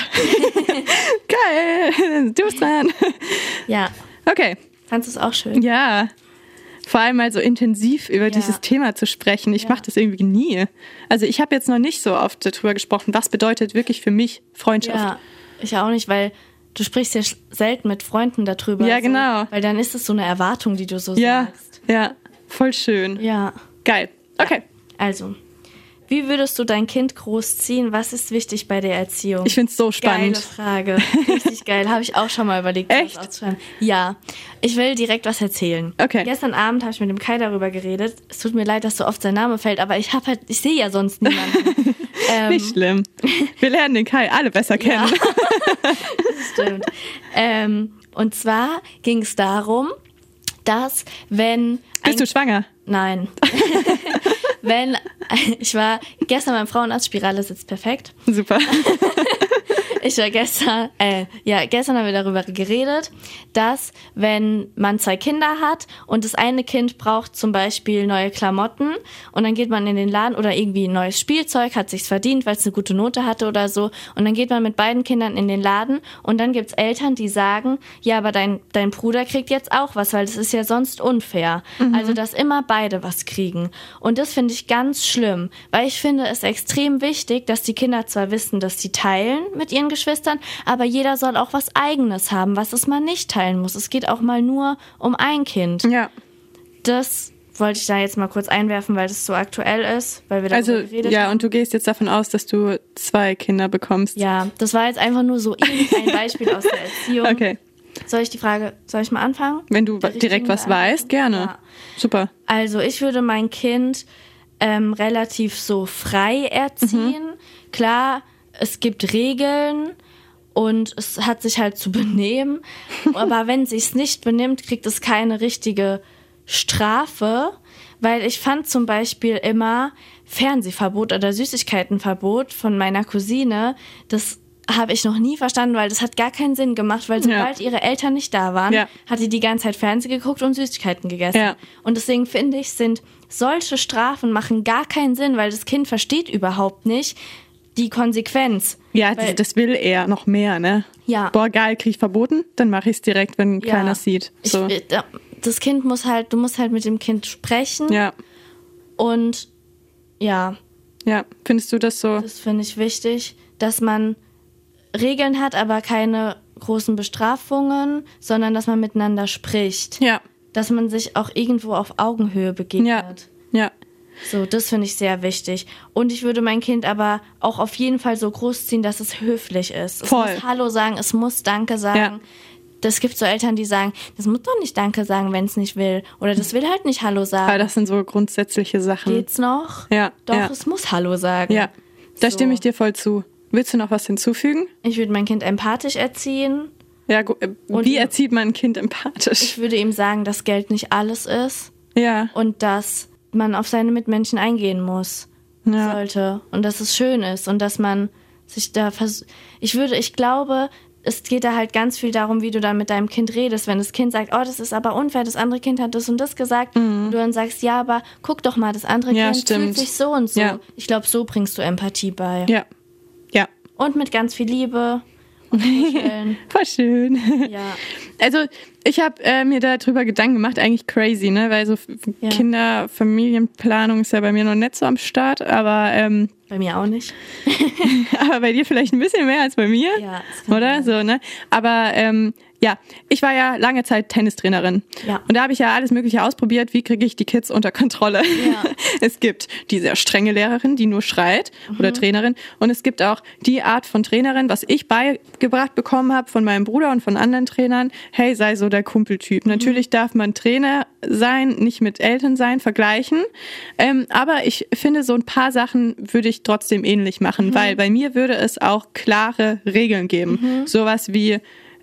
Geil. Du bist dran. Ja. Okay. Fandest du es auch schön? Ja. Vor allem mal so intensiv über dieses Thema zu sprechen. Ich mache das irgendwie nie. Also ich habe jetzt noch nicht so oft darüber gesprochen, was bedeutet wirklich für mich Freundschaft. Ja, ich auch nicht, weil du sprichst ja selten mit Freunden darüber. Ja, genau. Weil dann ist es so eine Erwartung, die du so sagst. Ja, voll schön. Ja. Geil. Okay. Ja. Also, wie würdest du dein Kind großziehen? Was ist wichtig bei der Erziehung? Ich finde es so spannend. Geile Frage. Richtig geil. Habe ich auch schon mal überlegt, Echt? das auszuschreiben. Ja. Ich will direkt was erzählen. Okay. Gestern Abend habe ich mit dem Kai darüber geredet. Es tut mir leid, dass so oft sein Name fällt, aber ich sehe ja sonst niemanden. Nicht schlimm. Wir lernen den Kai alle besser kennen. Das stimmt. Und zwar ging es darum, dass wenn... Bist du schwanger? Nein. Ich war gestern beim Frauenarzt, Spirale sitzt perfekt. Super. Ich war gestern haben wir darüber geredet, dass wenn man 2 Kinder hat und das eine Kind braucht zum Beispiel neue Klamotten und dann geht man in den Laden oder irgendwie ein neues Spielzeug, hat sich's verdient, weil es eine gute Note hatte oder so und dann geht man mit beiden Kindern in den Laden und dann gibt's Eltern, die sagen, ja, aber dein Bruder kriegt jetzt auch was, weil das ist ja sonst unfair. Also, dass immer beide was kriegen. Und das finde ich ganz schlimm, weil ich finde es extrem wichtig, dass die Kinder zwar wissen, dass sie teilen mit ihren Geschwistern, aber jeder soll auch was Eigenes haben, was es mal nicht teilen muss. Es geht auch mal nur um ein Kind. Ja. Das wollte ich da jetzt mal kurz einwerfen, weil das so aktuell ist, weil wir darüber geredet haben. Und du gehst jetzt davon aus, dass du 2 Kinder bekommst. Ja, das war jetzt einfach nur so ein Beispiel aus der Erziehung. Okay. Soll ich mal anfangen? Wenn du direkt was weißt, gerne. Ja. Super. Also ich würde mein Kind relativ so frei erziehen. Klar, es gibt Regeln und es hat sich halt zu benehmen. Aber wenn es sich nicht benimmt, kriegt es keine richtige Strafe, weil ich fand zum Beispiel immer Fernsehverbot oder Süßigkeitenverbot von meiner Cousine, das habe ich noch nie verstanden, weil das hat gar keinen Sinn gemacht, weil sobald ihre Eltern nicht da waren, hat die ganze Zeit Fernsehen geguckt und Süßigkeiten gegessen. Ja. Und deswegen finde ich, sind solche Strafen machen gar keinen Sinn, weil das Kind versteht überhaupt nicht die Konsequenz. Ja, das will er noch mehr, ne? Ja. Boah, geil, krieg ich verboten, dann mache ich es direkt, wenn keiner sieht. So. Das Kind muss halt, du musst halt mit dem Kind sprechen. Ja. Und ja. Ja, findest du das so? Das finde ich wichtig, dass man Regeln hat, aber keine großen Bestrafungen, sondern dass man miteinander spricht. Ja. Dass man sich auch irgendwo auf Augenhöhe begegnet. Ja. So, das finde ich sehr wichtig. Und ich würde mein Kind aber auch auf jeden Fall so großziehen, dass es höflich ist. Es muss Hallo sagen, es muss Danke sagen. Ja. Das gibt so Eltern, die sagen, das muss doch nicht Danke sagen, wenn es nicht will. Oder das will halt nicht Hallo sagen. Aber das sind so grundsätzliche Sachen. Geht's noch? Ja. Doch, es muss Hallo sagen. Ja, da stimme ich dir voll zu. Willst du noch was hinzufügen? Ich würde mein Kind empathisch erziehen. Ja, wie erzieht man ein Kind empathisch? Ich würde ihm sagen, dass Geld nicht alles ist. Ja. Und dass man auf seine Mitmenschen eingehen muss. Sollte. Und dass es schön ist. Und dass man sich da ich glaube, es geht da halt ganz viel darum, wie du da mit deinem Kind redest. Wenn das Kind sagt, oh, das ist aber unfair, das andere Kind hat das und das gesagt. Und du dann sagst, ja, aber guck doch mal, das andere Kind fühlt sich so und so. Ja. Ich glaube, so bringst du Empathie bei. Ja. Und mit ganz viel Liebe und Kuscheln. Voll schön. Ja. Also ich habe mir darüber Gedanken gemacht, eigentlich crazy, ne? Weil so Familienplanung ist ja bei mir noch nicht so am Start, aber bei mir auch nicht. Aber bei dir vielleicht ein bisschen mehr als bei mir, ja, oder? So, ne? Aber ich war ja lange Zeit Tennistrainerin. Ja. Und da habe ich ja alles Mögliche ausprobiert. Wie kriege ich die Kids unter Kontrolle? Ja. Es gibt die sehr strenge Lehrerin, die nur schreit, oder Trainerin. Und es gibt auch die Art von Trainerin, was ich beigebracht bekommen habe von meinem Bruder und von anderen Trainern. Hey, sei so der Kumpeltyp. Natürlich darf man Trainer sein, nicht mit Eltern sein, vergleichen. Aber ich finde, so ein paar Sachen würde ich trotzdem ähnlich machen, weil bei mir würde es auch klare Regeln geben. Sowas wie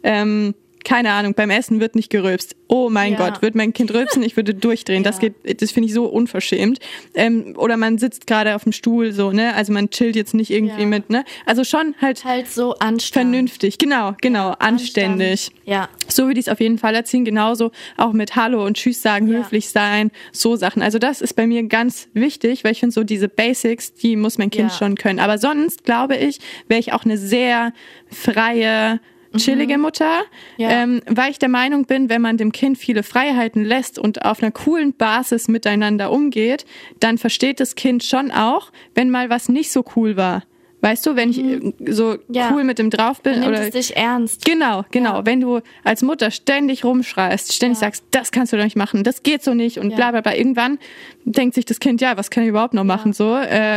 keine Ahnung, beim Essen wird nicht gerülpst. Oh mein Gott, wird mein Kind rülpsen? Ich würde durchdrehen. Das finde ich so unverschämt. Oder man sitzt gerade auf dem Stuhl, so, ne? Also man chillt jetzt nicht irgendwie mit, ne? Also schon halt so Anstand. Vernünftig. Genau, anständig. Ja. So würde ich es auf jeden Fall erziehen. Genauso auch mit Hallo und Tschüss sagen, höflich sein, so Sachen. Also das ist bei mir ganz wichtig, weil ich finde so diese Basics, die muss mein Kind schon können. Aber sonst, glaube ich, wäre ich auch eine sehr freie, chillige Mutter, weil ich der Meinung bin, wenn man dem Kind viele Freiheiten lässt und auf einer coolen Basis miteinander umgeht, dann versteht das Kind schon auch, wenn mal was nicht so cool war. Weißt du, wenn ich so cool mit dem drauf bin. Nimmt es dich ernst. Genau. Ja. Wenn du als Mutter ständig rumschreist, ständig sagst, das kannst du doch nicht machen, das geht so nicht und bla bla bla. Irgendwann denkt sich das Kind, was kann ich überhaupt noch machen? So,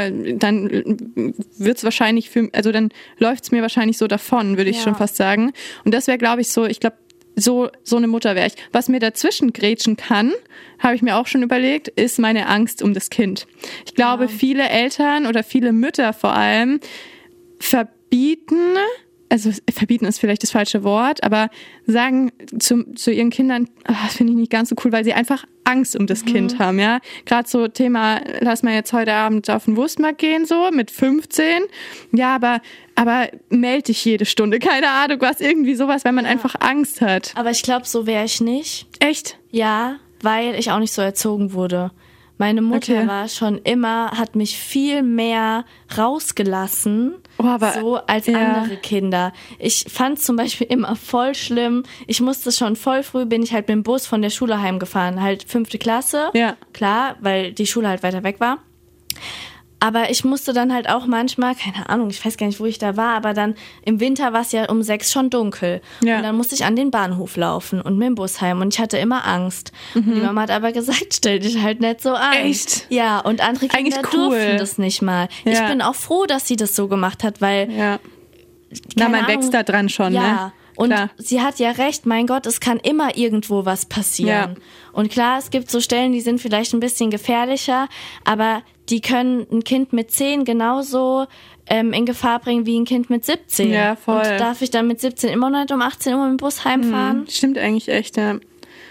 dann wird's wahrscheinlich dann läuft's mir wahrscheinlich so davon, würde ich schon fast sagen. Und das wäre, glaube ich, so, so eine Mutter wäre ich. Was mir dazwischen grätschen kann, habe ich mir auch schon überlegt, ist meine Angst um das Kind. Ich glaube, viele Eltern oder viele Mütter vor allem verbieten ist vielleicht das falsche Wort, aber sagen zu ihren Kindern, das finde ich nicht ganz so cool, weil sie einfach Angst um das Kind haben, ja. Gerade so Thema, lass mal jetzt heute Abend auf den Wurstmarkt gehen, so mit 15. Ja, aber meld dich jede Stunde, keine Ahnung, was irgendwie sowas, weil man einfach Angst hat. Aber ich glaube, so wäre ich nicht. Echt? Ja, weil ich auch nicht so erzogen wurde. Meine Mutter hat mich viel mehr rausgelassen, so als andere Kinder. Ich fand zum Beispiel immer voll schlimm. Ich musste schon voll früh, bin ich halt mit dem Bus von der Schule heimgefahren, halt 5. Klasse. Ja. Klar, weil die Schule halt weiter weg war. Aber ich musste dann halt auch manchmal, keine Ahnung, ich weiß gar nicht, wo ich da war, aber dann im Winter war es ja um 6 schon dunkel. Ja. Und dann musste ich an den Bahnhof laufen und mit dem Bus heim. Und ich hatte immer Angst. Und die Mama hat aber gesagt, stell dich halt nicht so an. Echt? Ja, und andere Kinder durften das nicht mal. Ja. Ich bin auch froh, dass sie das so gemacht hat, weil... Ja. Man wächst da dran schon, ne? Und sie hat ja recht, mein Gott, es kann immer irgendwo was passieren. Ja. Und klar, es gibt so Stellen, die sind vielleicht ein bisschen gefährlicher, aber die können ein Kind mit 10 genauso in Gefahr bringen wie ein Kind mit 17. Ja, voll. Und darf ich dann mit 17 immer noch nicht um 18 Uhr mit dem Bus heimfahren? Stimmt eigentlich echt, ja.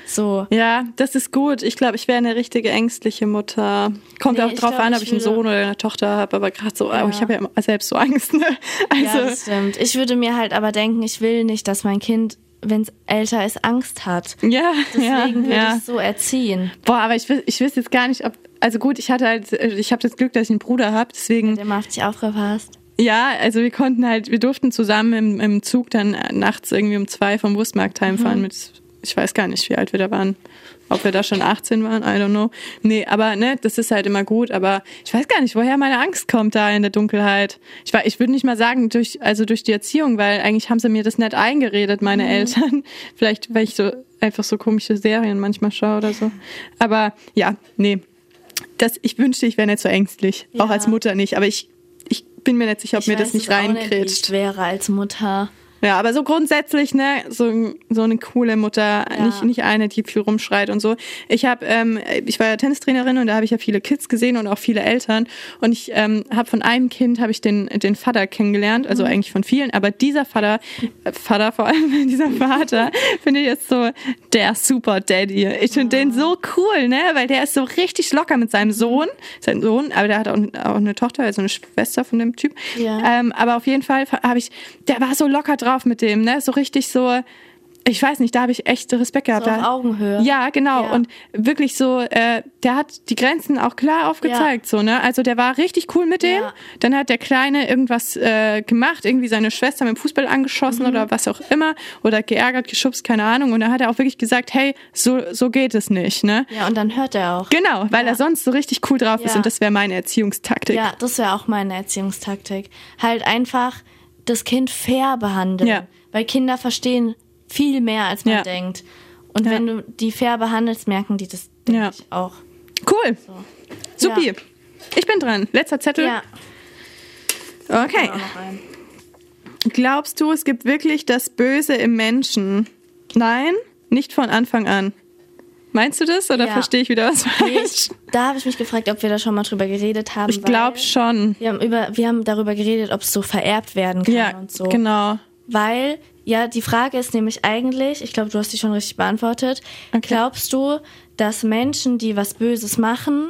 So. Ja, das ist gut. Ich glaube, ich wäre eine richtige ängstliche Mutter. Kommt auch drauf an, ob ich einen Sohn oder eine Tochter habe, aber gerade so, ich habe ja immer selbst so Angst. Ne? Also, ja, das stimmt. Ich würde mir halt aber denken, ich will nicht, dass mein Kind, wenn es älter ist, Angst hat. Ja, deswegen würde ich es so erziehen. Boah, aber ich wüsste jetzt gar nicht, ob, also gut, ich habe das Glück, dass ich einen Bruder habe, deswegen. Der macht sich aufgepasst. Ja, also wir durften zusammen im Zug dann nachts irgendwie um 2 vom Wurstmarkt heimfahren mit, ich weiß gar nicht, wie alt wir da waren. Ob wir da schon 18 waren, I don't know. Nee, aber ne, das ist halt immer gut, aber ich weiß gar nicht, woher meine Angst kommt da in der Dunkelheit. Ich würde nicht mal sagen durch die Erziehung, weil eigentlich haben sie mir das nicht eingeredet, meine Eltern. Vielleicht, weil ich so einfach so komische Serien manchmal schaue oder so. Aber ja, nee. Ich wünschte, ich wäre nicht so ängstlich. Ja. Auch als Mutter nicht, aber ich bin mir nicht sicher, ob mir das nicht reinkretscht. Ich wäre als Mutter. Ja, aber so grundsätzlich, ne, so eine coole Mutter, nicht eine, die viel rumschreit und so. Ich war ja Tennistrainerin und da habe ich ja viele Kids gesehen und auch viele Eltern und ich habe von einem Kind habe ich den Vater kennengelernt, also eigentlich von vielen, aber dieser Vater vor allem, dieser Vater, finde ich ist so der Super Daddy. Ich finde den so cool, ne, weil der ist so richtig locker mit seinem Sohn, aber der hat auch eine Tochter, also eine Schwester von dem Typ. Ja. Aber auf jeden Fall der war so locker drauf mit dem, ne? So richtig so, ich weiß nicht, da habe ich echt Respekt gehabt. So auf Augenhöhe. Ja, genau. Ja. Und wirklich so, der hat die Grenzen auch klar aufgezeigt, so, ne? Also der war richtig cool mit dem. Dann hat der Kleine irgendwas gemacht, irgendwie seine Schwester mit dem Fußball angeschossen oder was auch immer oder geärgert, geschubst, keine Ahnung. Und dann hat er auch wirklich gesagt, hey, so geht es nicht, ne? Ja, und dann hört er auch. Genau, weil er sonst so richtig cool drauf ist und das wäre meine Erziehungstaktik. Ja, das wäre auch meine Erziehungstaktik. Halt einfach das Kind fair behandeln. Ja. Weil Kinder verstehen viel mehr, als man denkt. Und wenn du die fair behandelst, merken die das, denke ich, auch. Cool. So. Supi. Ja. Ich bin dran. Letzter Zettel. Ja. Okay. Glaubst du, es gibt wirklich das Böse im Menschen? Nein, nicht von Anfang an. Meinst du das oder verstehe ich wieder was falsch? Da habe ich mich gefragt, ob wir da schon mal drüber geredet haben. Ich glaube schon. Wir haben darüber geredet, ob es so vererbt werden kann und so. Genau. Weil, die Frage ist nämlich eigentlich, ich glaube, du hast die schon richtig beantwortet, glaubst du, dass Menschen, die was Böses machen,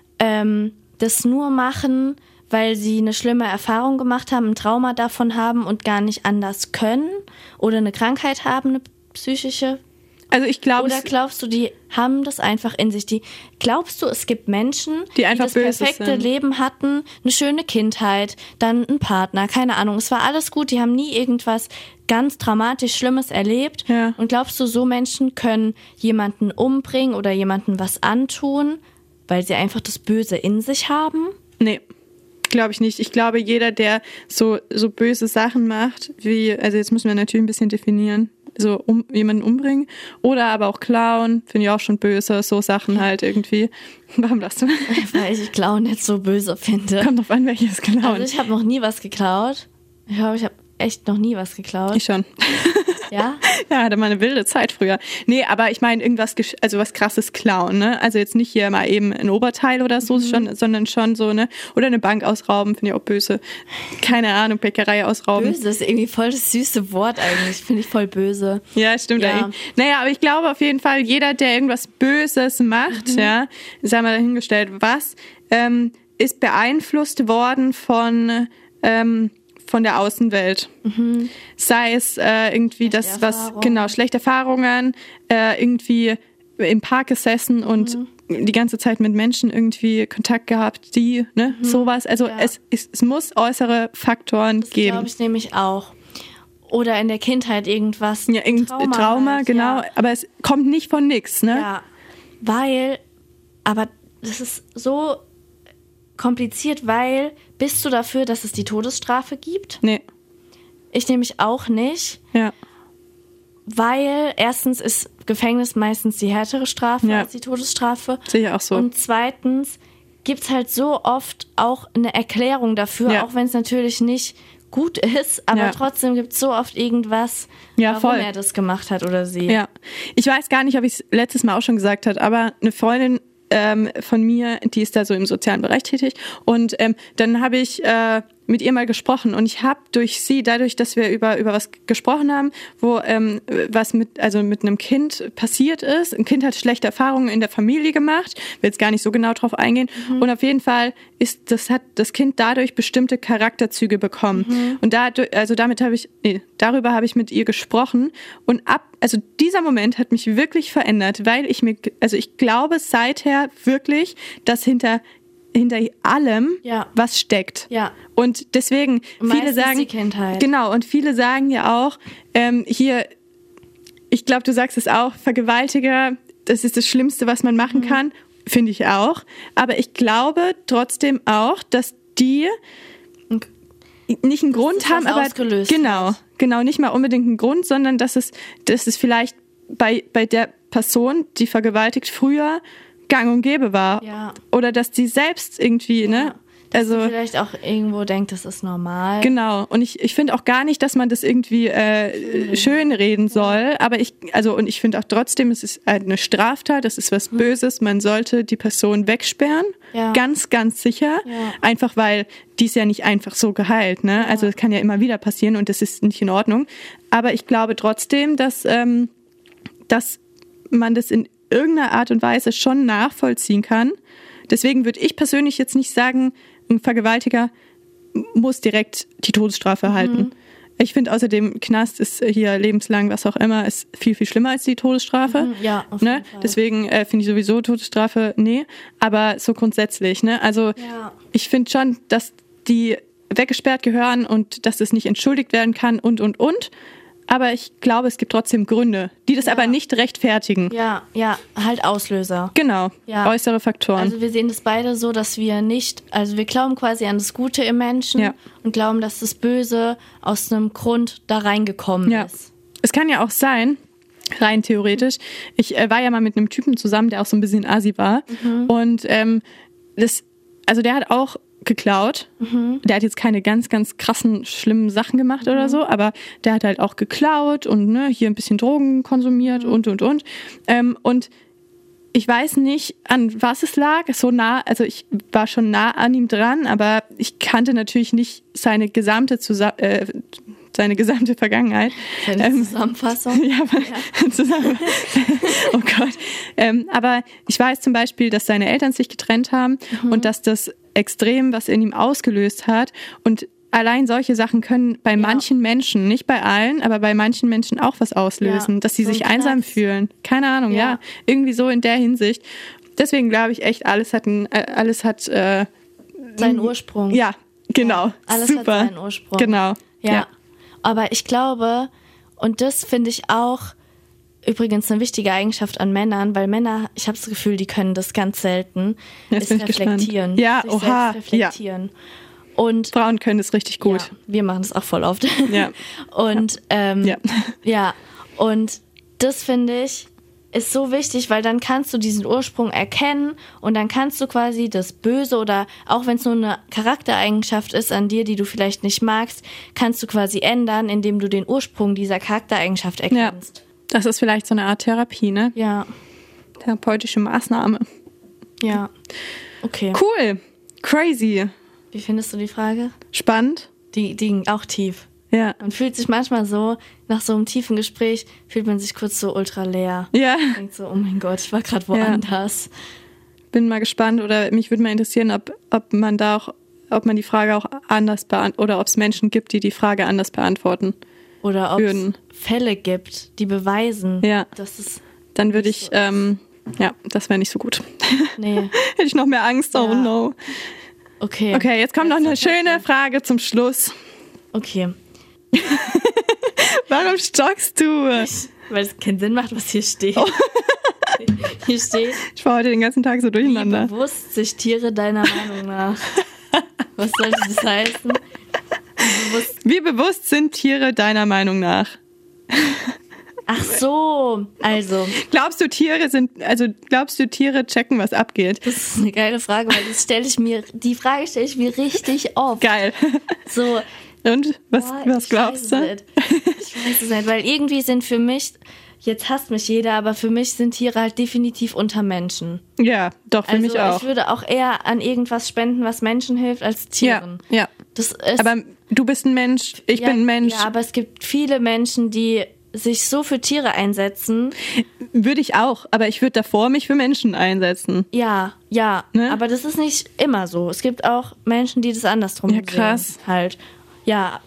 das nur machen, weil sie eine schlimme Erfahrung gemacht haben, ein Trauma davon haben und gar nicht anders können oder eine Krankheit haben, eine psychische? Also ich glaube, oder glaubst du, die haben das einfach in sich? Glaubst du, es gibt Menschen, die das perfekte Leben hatten, eine schöne Kindheit, dann einen Partner, keine Ahnung, es war alles gut, die haben nie irgendwas ganz dramatisch Schlimmes erlebt. Ja. Und glaubst du, so Menschen können jemanden umbringen oder jemanden was antun, weil sie einfach das Böse in sich haben? Nee. Glaube ich nicht. Ich glaube, jeder, der so böse Sachen macht, also jetzt müssen wir natürlich ein bisschen definieren, so jemanden umbringen oder aber auch klauen, finde ich auch schon böse, so Sachen halt irgendwie. Warum lachst du? Weil ich Klauen nicht so böse finde. Kommt drauf an, welches Klauen. Also ich habe noch nie was geklaut. Ich glaube, ich habe echt noch nie was geklaut. Ich schon. Ja? Ja, hatte mal eine wilde Zeit früher. Nee, aber ich meine irgendwas, also was krasses klauen, ne? Also jetzt nicht hier mal eben ein Oberteil oder so, sondern schon so, ne? Oder eine Bank ausrauben, finde ich auch böse. Keine Ahnung, Bäckerei ausrauben. Böse ist irgendwie voll das süße Wort eigentlich, finde ich voll böse. Ja, stimmt eigentlich. Naja, aber ich glaube auf jeden Fall, jeder, der irgendwas Böses macht, sei mal dahingestellt, was, ist beeinflusst worden von der Außenwelt. Sei es irgendwie schlechte Erfahrungen, irgendwie im Park gesessen und die ganze Zeit mit Menschen irgendwie Kontakt gehabt, sowas. Also es muss äußere Faktoren geben. Das glaube ich nämlich auch. Oder in der Kindheit irgendwas. Ja, Trauma halt, genau. Ja. Aber es kommt nicht von nix, ne? Ja, aber das ist so kompliziert, weil bist du dafür, dass es die Todesstrafe gibt? Nee. Ich nämlich auch nicht. Ja. Weil erstens ist Gefängnis meistens die härtere Strafe als die Todesstrafe. Sehe ich auch so. Und zweitens gibt es halt so oft auch eine Erklärung dafür, auch wenn es natürlich nicht gut ist, aber trotzdem gibt es so oft irgendwas, warum er das gemacht hat oder sie. Ja. Ich weiß gar nicht, ob ich es letztes Mal auch schon gesagt habe, aber eine Freundin von mir, die ist da so im sozialen Bereich tätig und dann habe ich mit ihr mal gesprochen und ich habe dadurch, dass wir über was gesprochen haben, wo was mit einem Kind passiert ist. Ein Kind hat schlechte Erfahrungen in der Familie gemacht, will jetzt gar nicht so genau drauf eingehen. Und auf jeden Fall hat das Kind dadurch bestimmte Charakterzüge bekommen. Und darüber habe ich mit ihr gesprochen. Und dieser Moment hat mich wirklich verändert, weil ich glaube seither wirklich, dass hinter allem was steckt. Ja. Und deswegen, viele sagen, die Kindheit. Genau, und viele sagen ja auch, ich glaube, du sagst es auch, Vergewaltiger, das ist das Schlimmste, was man machen kann, finde ich auch. Aber ich glaube trotzdem auch, dass die nicht einen Grund haben, aber genau, nicht mal unbedingt einen Grund, sondern dass es vielleicht bei der Person, die vergewaltigt, früher gang und gäbe war. Ja. Oder dass die selbst irgendwie, dass sie vielleicht auch irgendwo denkt, das ist normal. Genau. Und ich finde auch gar nicht, dass man das irgendwie schönreden soll. Aber ich finde auch trotzdem, es ist eine Straftat, das ist was Böses. Man sollte die Person wegsperren. Ja. Ganz, ganz sicher. Ja. Einfach weil die ist ja nicht einfach so geheilt. Ne? Ja. Also das kann ja immer wieder passieren und das ist nicht in Ordnung. Aber ich glaube trotzdem, dass man das in irgendeiner Art und Weise schon nachvollziehen kann. Deswegen würde ich persönlich jetzt nicht sagen, ein Vergewaltiger muss direkt die Todesstrafe erhalten. Ich finde außerdem, Knast ist hier lebenslang, was auch immer, ist viel, viel schlimmer als die Todesstrafe. Ja, auf jeden Fall. Deswegen finde ich sowieso Todesstrafe, aber so grundsätzlich. Also ich finde schon, dass die weggesperrt gehören und dass das nicht entschuldigt werden kann und. Aber ich glaube, es gibt trotzdem Gründe, die das aber nicht rechtfertigen. Ja, halt Auslöser. Genau, äußere Faktoren. Also wir sehen das beide so, dass wir wir glauben quasi an das Gute im Menschen und glauben, dass das Böse aus einem Grund da reingekommen ist. Es kann ja auch sein, rein theoretisch, ich war ja mal mit einem Typen zusammen, der auch so ein bisschen Asi war. Und der hat auch geklaut. Der hat jetzt keine ganz, ganz krassen, schlimmen Sachen gemacht oder so, aber der hat halt auch geklaut und hier ein bisschen Drogen konsumiert und. Und ich weiß nicht, an was es lag, so nah, also ich war schon nah an ihm dran, aber ich kannte natürlich nicht seine gesamte Vergangenheit. Seine Zusammenfassung. Zusammenfassung. Oh Gott. Aber ich weiß zum Beispiel, dass seine Eltern sich getrennt haben und dass das extrem was in ihm ausgelöst hat. Und allein solche Sachen können bei manchen Menschen, nicht bei allen, aber bei manchen Menschen auch was auslösen, dass sie sich einsam fühlen. Keine Ahnung, irgendwie so in der Hinsicht. Deswegen glaube ich echt, alles hat seinen Ursprung. Ja, genau. Ja, alles super. hat seinen Ursprung. Genau. Ja. Aber ich glaube, und das finde ich auch übrigens eine wichtige Eigenschaft an Männern, weil Männer, ich habe das Gefühl, die können das ganz selten, ist reflektieren. Ja, sich selbst reflektieren. Ja. Und Frauen können das richtig gut. Ja, wir machen das auch voll oft. Ja. Und und das finde ich ist so wichtig, weil dann kannst du diesen Ursprung erkennen und dann kannst du quasi das Böse oder auch wenn es nur eine Charaktereigenschaft ist an dir, die du vielleicht nicht magst, kannst du quasi ändern, indem du den Ursprung dieser Charaktereigenschaft erkennst. Ja, das ist vielleicht so eine Art Therapie, ne? Ja. Therapeutische Maßnahme. Ja. Okay. Cool. Crazy. Wie findest du die Frage? Spannend. Die ging auch tief. Ja. Man fühlt sich manchmal so, nach so einem tiefen Gespräch, fühlt man sich kurz so ultra leer. Ja. Man denkt so, oh mein Gott, ich war gerade woanders. Bin mal gespannt oder mich würde mal interessieren, ob man die Frage auch anders beantwortet oder ob es Menschen gibt, die Frage anders beantworten. Oder ob es Fälle gibt, die beweisen, dass es. Dann würde ich, das wäre nicht so gut. Nee. Hätte ich noch mehr Angst, oh no. Okay. Okay, jetzt kommt noch eine schöne Frage zum Schluss. Okay. Warum stockst du? Weil es keinen Sinn macht, was hier steht. Oh. Hier steht. Ich war heute den ganzen Tag so durcheinander. Wie bewusst sich Tiere deiner Meinung nach? Was sollte das heißen? Wie bewusst sind Tiere deiner Meinung nach? Ach so, also. Glaubst du, Tiere checken, was abgeht? Das ist eine geile Frage, weil die Frage stelle ich mir richtig oft. Geil. So. Und? Was glaubst du? Ich weiß es nicht, weil irgendwie sind für mich, jetzt hasst mich jeder, aber für mich sind Tiere halt definitiv unter Menschen. Ja, doch, für mich auch. Ich würde auch eher an irgendwas spenden, was Menschen hilft, als Tieren. Ja. Das ist, aber du bist ein Mensch, ich bin ein Mensch. Ja, aber es gibt viele Menschen, die sich so für Tiere einsetzen. Würde ich auch, aber ich würde davor mich für Menschen einsetzen. Ja, ne? Aber das ist nicht immer so. Es gibt auch Menschen, die das andersrum sehen. Ja, krass. Halt. Ja,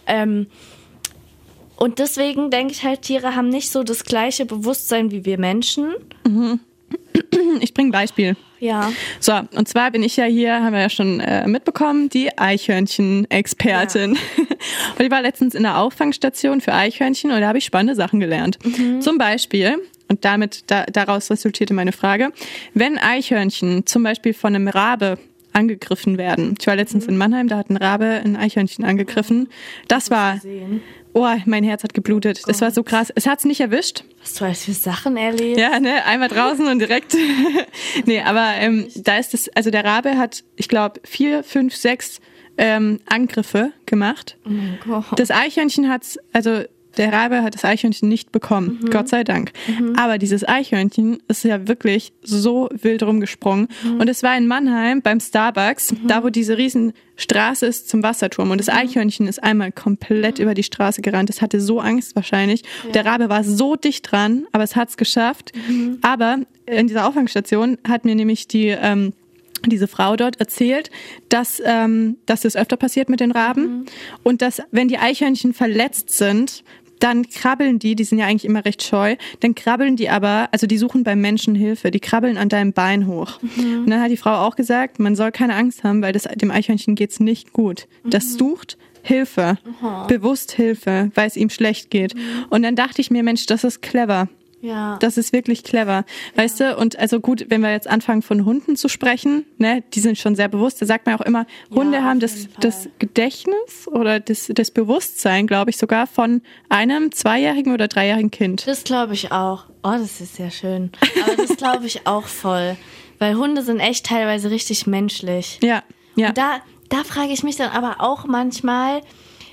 und deswegen denke ich halt, Tiere haben nicht so das gleiche Bewusstsein wie wir Menschen. Mhm. Ich bringe ein Beispiel. Ja. So, und zwar bin ich ja hier, haben wir ja schon mitbekommen, die Eichhörnchen-Expertin. Ja. Und ich war letztens in der Auffangstation für Eichhörnchen und da habe ich spannende Sachen gelernt. Mhm. Zum Beispiel, und daraus resultierte meine Frage, wenn Eichhörnchen zum Beispiel von einem Rabe angegriffen werden. Ich war letztens in Mannheim, da hat ein Rabe ein Eichhörnchen angegriffen. Das war... Oh, mein Herz hat geblutet. Das war so krass. Es hat's nicht erwischt. Was du alles für Sachen erlebst. Ja, ne, einmal draußen und direkt. Nee, aber da ist es, also der Rabe hat, ich glaube, 4, 5, 6 Angriffe gemacht. Oh mein Gott. Das Eichhörnchen hat's, also der Rabe hat das Eichhörnchen nicht bekommen, Gott sei Dank. Aber dieses Eichhörnchen ist ja wirklich so wild rumgesprungen. Und es war in Mannheim beim Starbucks, da wo diese Riesenstraße ist zum Wasserturm. Und das Eichhörnchen ist einmal komplett über die Straße gerannt. Es hatte so Angst wahrscheinlich. Ja. Der Rabe war so dicht dran, aber es hat's geschafft. Aber in dieser Auffangstation hat mir nämlich diese Frau dort erzählt, dass das öfter passiert mit den Raben und dass, wenn die Eichhörnchen verletzt sind, dann krabbeln die sind ja eigentlich immer recht scheu, dann krabbeln die aber, also die suchen beim Menschen Hilfe, die krabbeln an deinem Bein hoch. Und dann hat die Frau auch gesagt, man soll keine Angst haben, weil dem Eichhörnchen geht's nicht gut. Das sucht Hilfe, bewusst Hilfe, weil es ihm schlecht geht. Und dann dachte ich mir, Mensch, das ist clever. Ja. Das ist wirklich clever, weißt du? Und also gut, wenn wir jetzt anfangen von Hunden zu sprechen, ne, die sind schon sehr bewusst. Da sagt man auch immer, Hunde haben das Gedächtnis oder das Bewusstsein, glaube ich, sogar von einem 2-jährigen oder 3-jährigen Kind. Das glaube ich auch. Oh, das ist sehr schön. Aber das glaube ich auch voll. Weil Hunde sind echt teilweise richtig menschlich. Ja. Und da frage ich mich dann aber auch manchmal,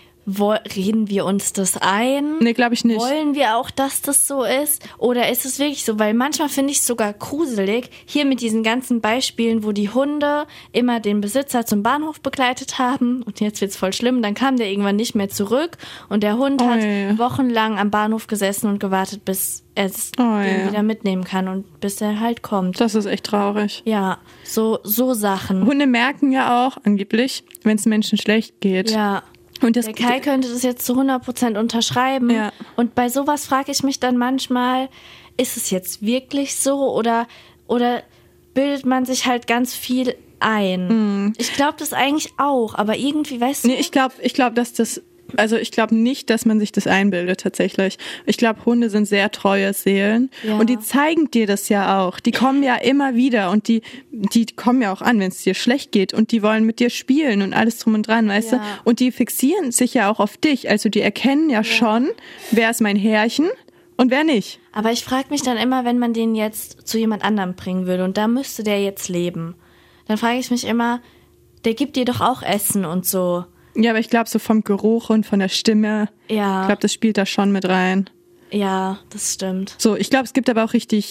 reden wir uns das ein? Nee, glaube ich nicht. Wollen wir auch, dass das so ist? Oder ist es wirklich so? Weil manchmal finde ich es sogar gruselig, hier mit diesen ganzen Beispielen, wo die Hunde immer den Besitzer zum Bahnhof begleitet haben und jetzt wird's voll schlimm, dann kam der irgendwann nicht mehr zurück und der Hund hat wochenlang am Bahnhof gesessen und gewartet, bis er es wieder mitnehmen kann und bis er halt kommt. Das ist echt traurig. Ja, so Sachen. Hunde merken ja auch angeblich, wenn es Menschen schlecht geht. Ja. Und der Kai könnte das jetzt zu 100% unterschreiben. Ja. Und bei sowas frage ich mich dann manchmal, ist es jetzt wirklich so oder bildet man sich halt ganz viel ein? Ich glaube das eigentlich auch, aber irgendwie, weißt du... Nee, ich glaube, dass das... Also ich glaube nicht, dass man sich das einbildet tatsächlich. Ich glaube, Hunde sind sehr treue Seelen und die zeigen dir das ja auch. Die kommen ja immer wieder und die kommen ja auch an, wenn es dir schlecht geht und die wollen mit dir spielen und alles drum und dran, weißt du? Und die fixieren sich ja auch auf dich. Also die erkennen ja schon, wer ist mein Herrchen und wer nicht. Aber ich frage mich dann immer, wenn man den jetzt zu jemand anderem bringen würde und da müsste der jetzt leben, dann frage ich mich immer, der gibt dir doch auch Essen und so. Ja, aber ich glaube, so vom Geruch und von der Stimme, ich glaube, das spielt da schon mit rein. Ja, das stimmt. So, ich glaube, es gibt aber auch richtig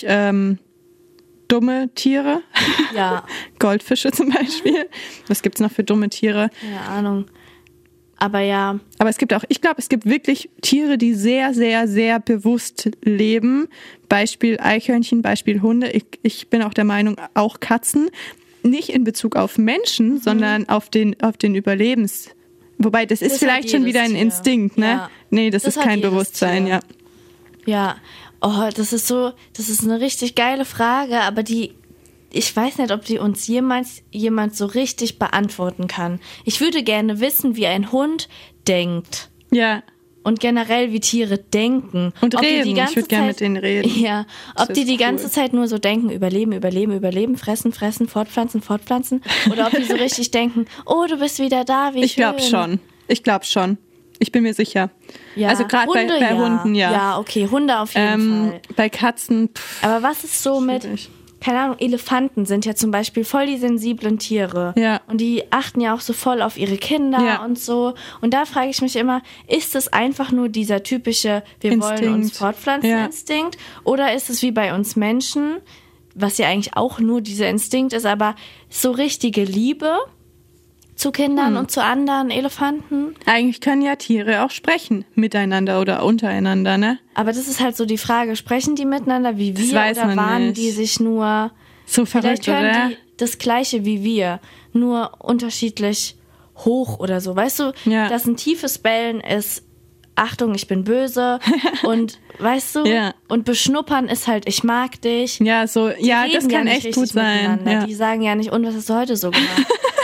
dumme Tiere. Ja. Goldfische zum Beispiel. Was gibt's noch für dumme Tiere? Keine Ahnung. Aber ja. Aber es gibt auch, ich glaube, es gibt wirklich Tiere, die sehr, sehr, sehr bewusst leben. Beispiel Eichhörnchen, Beispiel Hunde. Ich bin auch der Meinung, auch Katzen. Nicht in Bezug auf Menschen, sondern auf den Überlebens... Wobei, das ist vielleicht schon wieder ein Instinkt, ne? Ja. Nee, das ist kein Bewusstsein, ja. Ja, oh, das ist eine richtig geile Frage, aber ich weiß nicht, ob die uns jemals jemand so richtig beantworten kann. Ich würde gerne wissen, wie ein Hund denkt. Ja. Und generell, wie Tiere denken. Und ob reden, ich würde gerne mit denen reden. Ja, ob die ganze Zeit nur so denken, überleben, fressen, fortpflanzen. Oder ob die so richtig denken, oh, du bist wieder da, wie schön. Ich glaube schon. Ich bin mir sicher. Ja. Also gerade bei Hunden, ja. Ja, okay, Hunde auf jeden Fall. Bei Katzen, Aber was ist so schwierig. Mit... Keine Ahnung, Elefanten sind ja zum Beispiel voll die sensiblen Tiere. Ja. Und die achten ja auch so voll auf ihre Kinder und so. Und da frage ich mich immer, ist es einfach nur dieser typische, wir Instinkt. Wollen uns fortpflanzen Instinkt? Oder ist es wie bei uns Menschen, was ja eigentlich auch nur dieser Instinkt ist, aber so richtige Liebe? zu Kindern und zu anderen Elefanten? Eigentlich können ja Tiere auch sprechen, miteinander oder untereinander, ne? Aber das ist halt so die Frage, sprechen die miteinander wie wir oder warnen die sich nur... So verrückt, vielleicht können oder? die das Gleiche wie wir, nur unterschiedlich hoch oder so. Weißt du, dass ein tiefes Bellen ist, Achtung, ich bin böse und weißt du, und beschnuppern ist halt, ich mag dich. Ja, so, ja, das kann echt gut sein. Ja. Die sagen ja nicht, und was hast du heute so gemacht?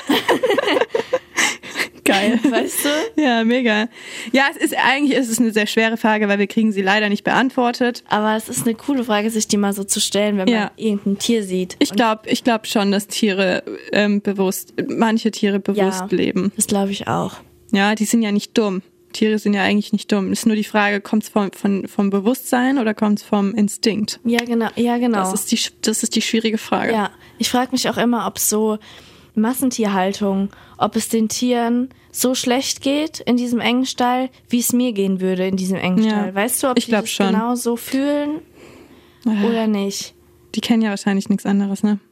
Geil. Weißt du? Ja, mega. Ja, eigentlich ist es eine sehr schwere Frage, weil wir kriegen sie leider nicht beantwortet. Aber es ist eine coole Frage, sich die mal so zu stellen, wenn man irgendein Tier sieht. Ich glaube schon, dass Tiere manche Tiere bewusst leben. Das glaube ich auch. Ja, die sind ja nicht dumm. Tiere sind ja eigentlich nicht dumm. Es ist nur die Frage, kommt es vom Bewusstsein oder kommt es vom Instinkt? Ja, genau. Das ist die schwierige Frage. Ja, ich frage mich auch immer, ob so Massentierhaltung, ob es den Tieren so schlecht geht in diesem engen Stall, wie es mir gehen würde in diesem engen Stall. Weißt du, ob die das genau so fühlen oder nicht? Die kennen ja wahrscheinlich nichts anderes, ne?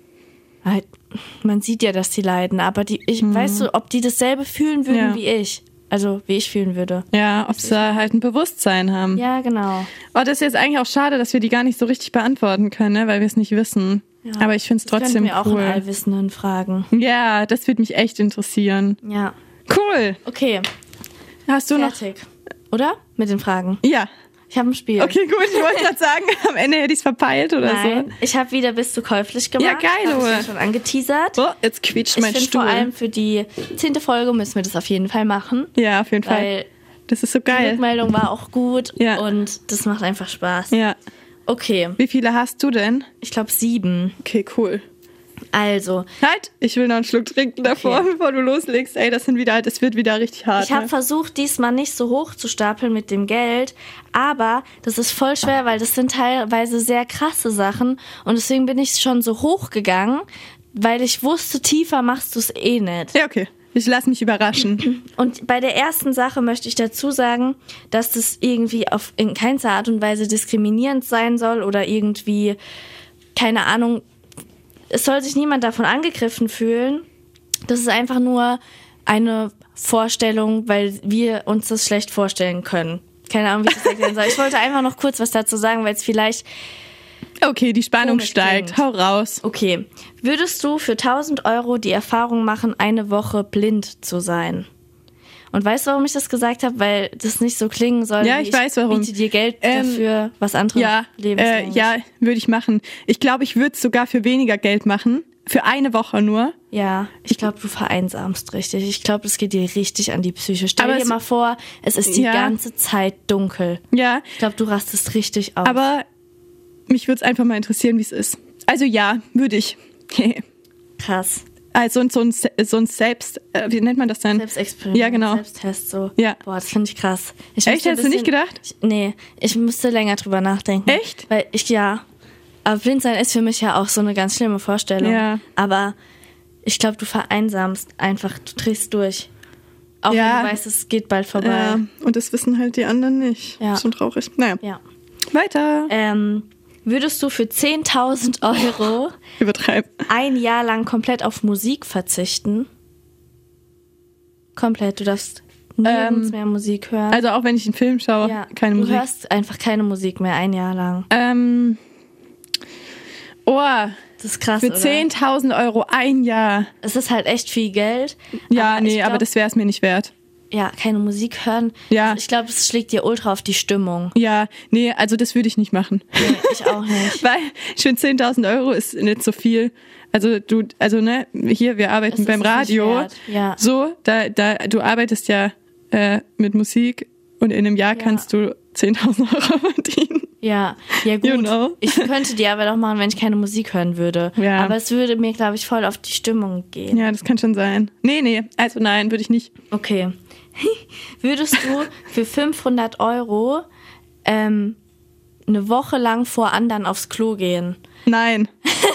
Halt, man sieht ja, dass die leiden, aber weißt du, ob die dasselbe fühlen würden wie ich? Also, wie ich fühlen würde. Ja, ob sie halt ein Bewusstsein haben. Ja, genau. Oh, das ist jetzt eigentlich auch schade, dass wir die gar nicht so richtig beantworten können, ne? Weil wir es nicht wissen. Ja. Aber ich finde es trotzdem cool. Das können wir auch einen Allwissenden fragen. Ja, das würde mich echt interessieren. Ja. Cool. Okay. Hast du Fertig. Oder? Mit den Fragen? Ja. Ich habe ein Spiel. Okay, gut. Ich wollte gerade sagen, am Ende hätte ich es verpeilt oder Nein, so. Ich habe wieder Bist du käuflich gemacht. Ja, geil, Habe ich ja schon angeteasert. Oh, jetzt quietscht mein Stuhl. Ich finde vor allem für die 10. Folge müssen wir das auf jeden Fall machen. Ja, auf jeden Fall. Weil das ist so geil. Die Rückmeldung war auch gut und das macht einfach Spaß. Ja. Okay. Wie viele hast du denn? Ich glaube 7. Okay, cool. Also. Halt, ich will noch einen Schluck trinken davor, bevor du loslegst. Ey, das wird wieder richtig hart. Ich habe versucht, diesmal nicht so hoch zu stapeln mit dem Geld, aber das ist voll schwer, weil das sind teilweise sehr krasse Sachen und deswegen bin ich schon so hoch gegangen, weil ich wusste, tiefer machst du es eh nicht. Ja, okay. Ich lasse mich überraschen. Und bei der ersten Sache möchte ich dazu sagen, dass das irgendwie in keinster Art und Weise diskriminierend sein soll oder irgendwie, keine Ahnung, es soll sich niemand davon angegriffen fühlen. Das ist einfach nur eine Vorstellung, weil wir uns das schlecht vorstellen können. Keine Ahnung, wie ich das erklären soll. Ich wollte einfach noch kurz was dazu sagen, weil es vielleicht... Okay, die Spannung steigt. Hau raus. Okay. Würdest du für 1.000 € die Erfahrung machen, eine Woche blind zu sein? Und weißt du, warum ich das gesagt habe? Weil das nicht so klingen soll, ja, ich weiß warum. Biete dir Geld dafür, was andere lebenslänglich. Ja, würde ich machen. Ich glaube, ich würde es sogar für weniger Geld machen. Für eine Woche nur. Ja, ich glaube, du vereinsamst richtig. Ich glaube, das geht dir richtig an die Psyche. Stell dir mal vor, es ist die ganze Zeit dunkel. Ja. Ich glaube, du rastest richtig aus. Aber mich würde es einfach mal interessieren, wie es ist. Also ja, würde ich. Krass. Also so ein Selbst, wie nennt man das denn? Selbstexperiment. Ja, genau. Selbsttest so. Ja. Boah, das finde ich krass. Echt? Hättest du nicht gedacht? Ich musste länger drüber nachdenken. Echt? Weil aber blind sein ist für mich ja auch so eine ganz schlimme Vorstellung. Ja. Aber ich glaube, du vereinsamst einfach, du drehst durch. Auch wenn du weißt, es geht bald vorbei. Ja, und das wissen halt die anderen nicht. Ja. Das ist schon traurig. Naja. Ja. Weiter. Würdest du für 10.000 € übertreiben ein Jahr lang komplett auf Musik verzichten? Komplett, du darfst nirgends mehr Musik hören. Also auch wenn ich einen Film schaue, keine Musik. Du hörst einfach keine Musik mehr ein Jahr lang. Das ist krass, für 10.000 € ein Jahr. Es ist halt echt viel Geld. Ja, aber das wäre es mir nicht wert. Ja, keine Musik hören. Ja. Ich glaube, das schlägt dir ultra auf die Stimmung. Ja, nee, also das würde ich nicht machen. Nee, ich auch nicht. Weil schon 10.000 € ist nicht so viel. Also hier, wir arbeiten beim Radio. Ja. So, du arbeitest ja mit Musik und in einem Jahr kannst du 10.000 € verdienen. Ja, gut. You know. Ich könnte die aber doch machen, wenn ich keine Musik hören würde. Ja. Aber es würde mir, glaube ich, voll auf die Stimmung gehen. Ja, das kann schon sein. Nee, also nein, würde ich nicht. Okay. Würdest du für 500 € eine Woche lang vor anderen aufs Klo gehen? Nein.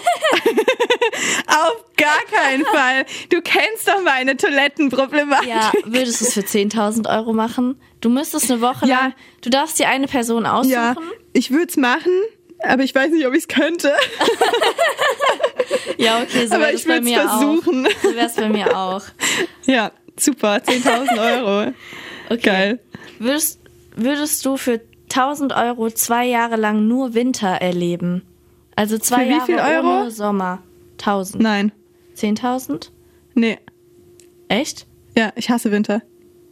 Auf gar keinen Fall. Du kennst doch meine Toilettenproblematik. Ja, würdest du es für 10.000 € machen? Du müsstest eine Woche lang, du darfst dir eine Person aussuchen. Ja, ich würde es machen, aber ich weiß nicht, ob ich es könnte. Ja, okay, so wäre es bei mir auch. So wäre es bei mir auch. Ja, super, 10.000 Euro. Okay. Geil. Würdest du für 1.000 Euro 2 Jahre lang nur Winter erleben? Also 2 Für wie Jahre viel Euro? ohne Sommer. 1.000. Nein. 10.000? Nee. Echt? Ja, ich hasse Winter.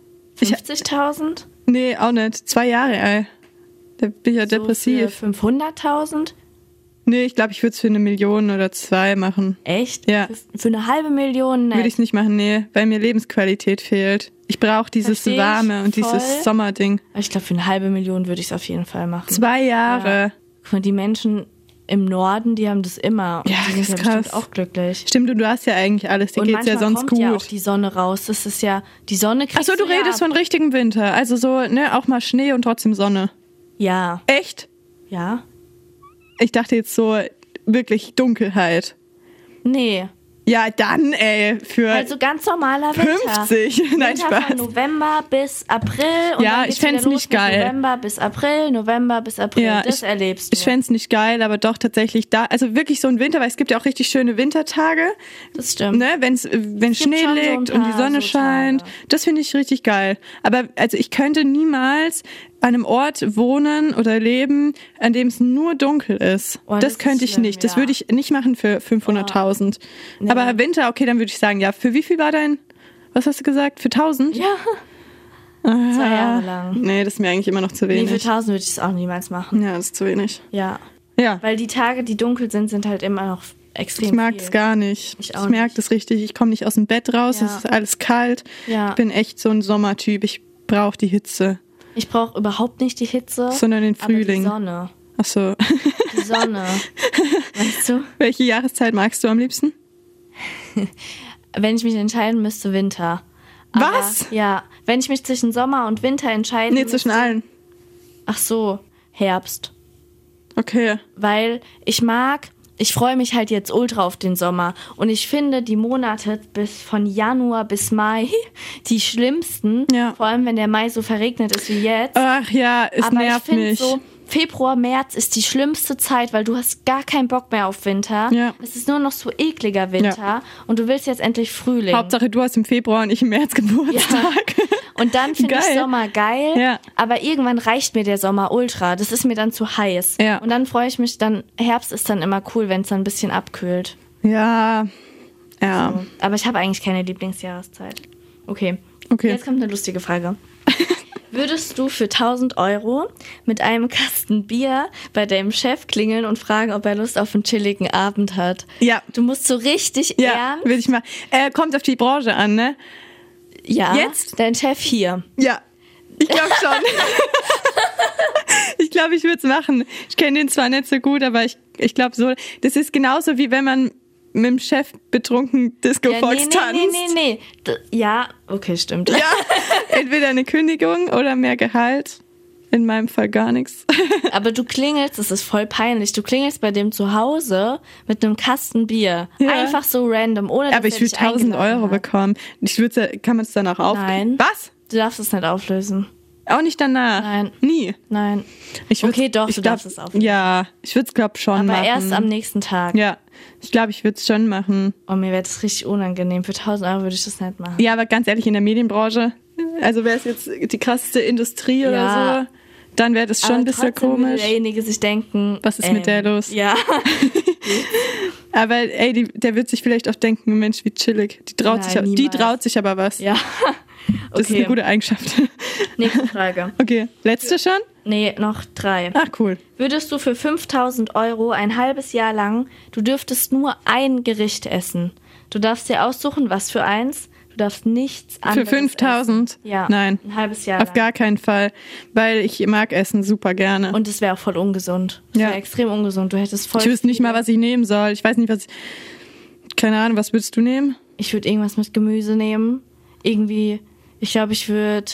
50.000? Nee, auch nicht. 2 Jahre, ey. Da bin ich ja depressiv. Für 500.000? Nee, ich glaube, ich würde es für 1 Million oder 2 machen. Echt? Ja. Für eine halbe Million? Würde ich es nicht machen, nee, weil mir Lebensqualität fehlt. Ich brauche dieses Versteh ich Warme und voll. dieses Sommerding. Ich glaube, für eine halbe Million würde ich es auf jeden Fall machen. 2 Jahre. Ja. Guck mal, die Menschen im Norden, die haben das immer. Und Ja, die sind das ist ja bestimmt krass. auch glücklich. Stimmt, und du hast ja eigentlich alles. Dir Und geht's ja manchmal sonst kommt gut. ja auch die Sonne raus. Das ist ja, die Sonne kriegst Achso, du ja redest ab. von richtigem Winter. Also so, ne, auch mal Schnee und trotzdem Sonne. Ja. Echt? Ja? Ich dachte jetzt so wirklich Dunkelheit. Nee. Ja, dann, ey, für Also ganz normaler Winter. 50. Nein, Winter Spaß. von November bis April. Und Ja, dann ich geht's fänd's wieder los nicht mit geil. November bis April, November bis April. Ja, das erlebst du. Ich fänd's nicht geil, aber doch tatsächlich da, also wirklich so ein Winter, weil es gibt ja auch richtig schöne Wintertage, Das stimmt. ne, wenn Schnee schon so ein liegt und die paar Sonne so scheint. Tage. Das finde ich richtig geil. Aber also ich könnte niemals an einem Ort wohnen oder leben, an dem es nur dunkel ist. Oh, das das ist könnte ich schlimm, nicht. Das ja. würde ich nicht machen für 500.000. Nee. Aber Winter, okay, dann würde ich sagen, ja, für wie viel war was hast du gesagt? Für 1.000? Ja. 2 Jahre lang. Nee, das ist mir eigentlich immer noch zu Nee, wenig. für 1.000 würde ich es auch niemals machen. Ja, das ist zu wenig. Ja. Ja. Weil die Tage, die dunkel sind, sind halt immer noch extrem Ich mag viel. es gar nicht. Ich Ich auch merke nicht. das richtig. Ich komme nicht aus dem Bett raus. Ja. Es ist alles kalt. Ja. Ich bin echt so ein Sommertyp. Ich brauche die Hitze. Ich brauche überhaupt nicht die Hitze, Sondern den Frühling. aber die Sonne. Ach so. Die Sonne. Weißt du? Welche Jahreszeit magst du am liebsten? Wenn ich mich entscheiden müsste, Winter. Aber, Was? Ja. Wenn ich mich zwischen Sommer und Winter entscheiden Nee, müsste. zwischen allen. Ach so, Herbst. Okay. Weil ich freue mich halt jetzt ultra auf den Sommer. Und ich finde die Monate von Januar bis Mai die schlimmsten. Ja. Vor allem, wenn der Mai so verregnet ist wie jetzt. Ach ja, es Aber ich nervt finde mich. so, Februar, März ist die schlimmste Zeit, weil du hast gar keinen Bock mehr auf Winter. Ja. Es ist nur noch so ekliger Winter. Ja. Und du willst jetzt endlich Frühling. Hauptsache, du hast im Februar und ich im März Geburtstag. Und dann finde ich Geil. Sommer geil, Ja. aber irgendwann reicht mir der Sommer ultra. Das ist mir dann zu heiß. Ja. Und dann freue ich mich dann, Herbst ist dann immer cool, wenn es dann ein bisschen abkühlt. Ja. Ja. So. Aber ich habe eigentlich keine Lieblingsjahreszeit. Okay. Okay. Jetzt kommt eine lustige Frage. Würdest du für 1.000 Euro mit einem Kasten Bier bei deinem Chef klingeln und fragen, ob er Lust auf einen chilligen Abend hat? Ja. Du musst so richtig Ja, ernst. will ich mal. Kommt auf die Branche an, ne? Ja. Jetzt? Dein Chef hier. Ja, ich glaube schon. Ich glaube, ich würde es machen. Ich kenne den zwar nicht so gut, aber ich glaube so, das ist genauso wie wenn man mit dem Chef betrunken Disco Fox tanzt. Nee. Ja, okay, stimmt. Ja, entweder eine Kündigung oder mehr Gehalt. In meinem Fall gar nichts. Aber du klingelst, das ist voll peinlich, du klingelst bei dem zu Hause mit einem Kasten Bier. Ja. Einfach so random, ohne dass Aber ich er würde dich 1.000 eingeladen Euro hat. bekommen. Kann man es danach auflösen? Nein. Was? Du darfst es nicht auflösen. Auch nicht danach? Nein. Nie? Nein. Ich würd's- Okay, doch, ich du glaub, darfst es auflösen. Ja, ich würde es, glaube schon Aber machen. erst am nächsten Tag. Ja, ich glaube, ich würde es schon machen. Oh, mir wäre das richtig unangenehm. Für 1.000 Euro würde ich das nicht machen. Ja, aber ganz ehrlich, in der Medienbranche, also wäre es jetzt die krasseste Industrie Ja. oder so, dann wäre das schon Aber ein bisschen trotzdem würde komisch. derjenige sich denken, Was ist mit der los? Ja. Aber ey, der wird sich vielleicht auch denken, Mensch, wie chillig. Die traut Nein, niemals. traut sich aber was. Ja. Das ist eine gute Eigenschaft. Nächste Frage. Okay, letzte schon? Nee, noch 3. Ach, cool. Würdest du für 5.000 Euro ein halbes Jahr lang, du dürftest nur ein Gericht essen. Du darfst dir aussuchen, was für eins. Du darfst nichts Für anderes 5.000? essen. Ja. Nein. Ein halbes Jahr Auf lang. gar keinen Fall, weil ich mag Essen super gerne. Und es wäre auch voll ungesund. Es Ja. wäre extrem ungesund. Du hättest voll. Ich wüsste nicht mal, was ich nehmen soll. Ich weiß nicht, keine Ahnung, was würdest du nehmen? Ich würde irgendwas mit Gemüse nehmen. Irgendwie, ich glaube, ich würde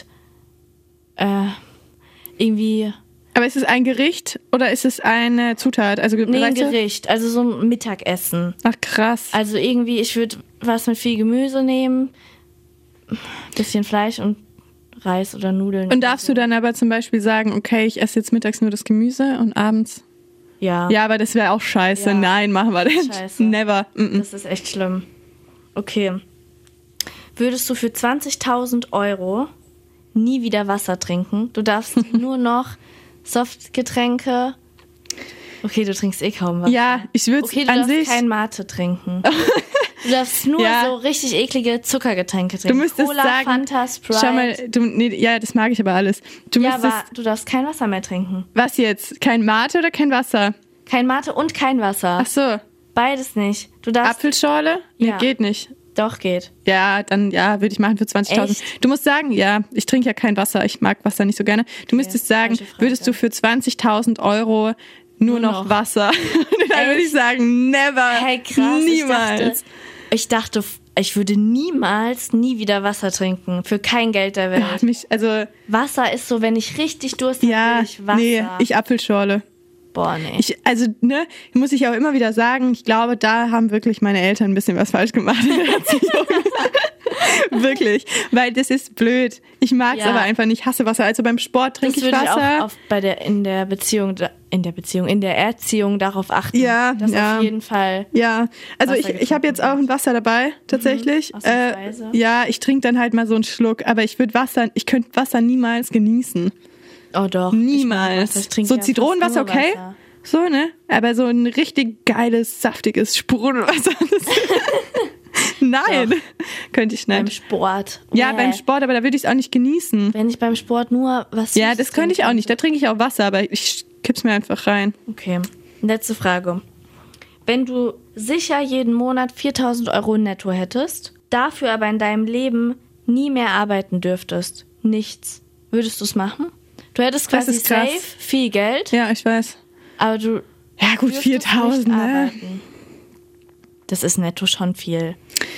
irgendwie. Aber ist es ein Gericht oder ist es eine Zutat? Also Nee, ein weißt du? Gericht. Also so ein Mittagessen. Ach, krass. Also irgendwie, ich würde was mit viel Gemüse nehmen. Bisschen Fleisch und Reis oder Nudeln. Und darfst du dann aber zum Beispiel sagen, okay, ich esse jetzt mittags nur das Gemüse und abends? Ja. Ja, aber das wäre auch scheiße. Ja. Nein, machen wir nicht. Scheiße. Never. Das ist echt schlimm. Okay. würdest du für 20.000 € nie wieder Wasser trinken. Du darfst nur noch Softgetränke. Okay, du trinkst eh kaum Wasser. Ja, ich würde Okay, du darfst kein Mate trinken. Du darfst nur so richtig eklige Zuckergetränke trinken. Du müsstest Cola, sagen, Fanta, Sprite. Schau mal, das mag ich aber alles. Aber du darfst kein Wasser mehr trinken. Was jetzt? Kein Mate oder kein Wasser? Kein Mate und kein Wasser. Ach so. Beides nicht. Du darfst Apfelschorle? Nee, geht nicht. Doch, geht. Ja, dann würde ich machen für 20.000. Du musst sagen, ich trinke ja kein Wasser. Ich mag Wasser nicht so gerne. Du müsstest sagen, würdest du für 20.000 € nur noch Wasser? Dann würde ich sagen, never. Hey, krass. Niemals. Ich dachte, ich würde nie wieder Wasser trinken. Für kein Geld der Welt. Wasser ist so, wenn ich richtig Durst habe, will ich Wasser. Nee, ich Apfelschorle. Boah, nee. Muss ich auch immer wieder sagen, ich glaube, da haben wirklich meine Eltern ein bisschen was falsch gemacht in der Erziehung. Wirklich, weil das ist blöd. Ich mag es aber einfach nicht, ich hasse Wasser. Also beim Sport trinke ich Wasser. Das würde ich auch in der Erziehung darauf achten. Ja, auf jeden Fall. Ja, also ich habe jetzt auch ein Wasser dabei, tatsächlich. Ja, ich trinke dann halt mal so einen Schluck, aber ich könnte Wasser niemals genießen. Oh doch. Niemals. So Zitronenwasser, okay? Wasser. So, ne? Aber so ein richtig geiles, saftiges Sprudelwasser. Nein, doch. Könnte ich nicht. Beim Sport. Ja, beim Sport, aber da würde ich es auch nicht genießen. Wenn ich beim Sport nur was... Ja, das könnte ich auch nicht. Da trinke ich auch Wasser, aber ich kipp's mir einfach rein. Okay. Letzte Frage. Wenn du sicher jeden Monat 4.000 € netto hättest, dafür aber in deinem Leben nie mehr arbeiten dürftest, nichts, würdest du es machen? Du hättest quasi safe viel Geld. Ja, ich weiß. Aber du... Ja gut, 4.000, ne? Arbeiten. Das ist netto schon viel.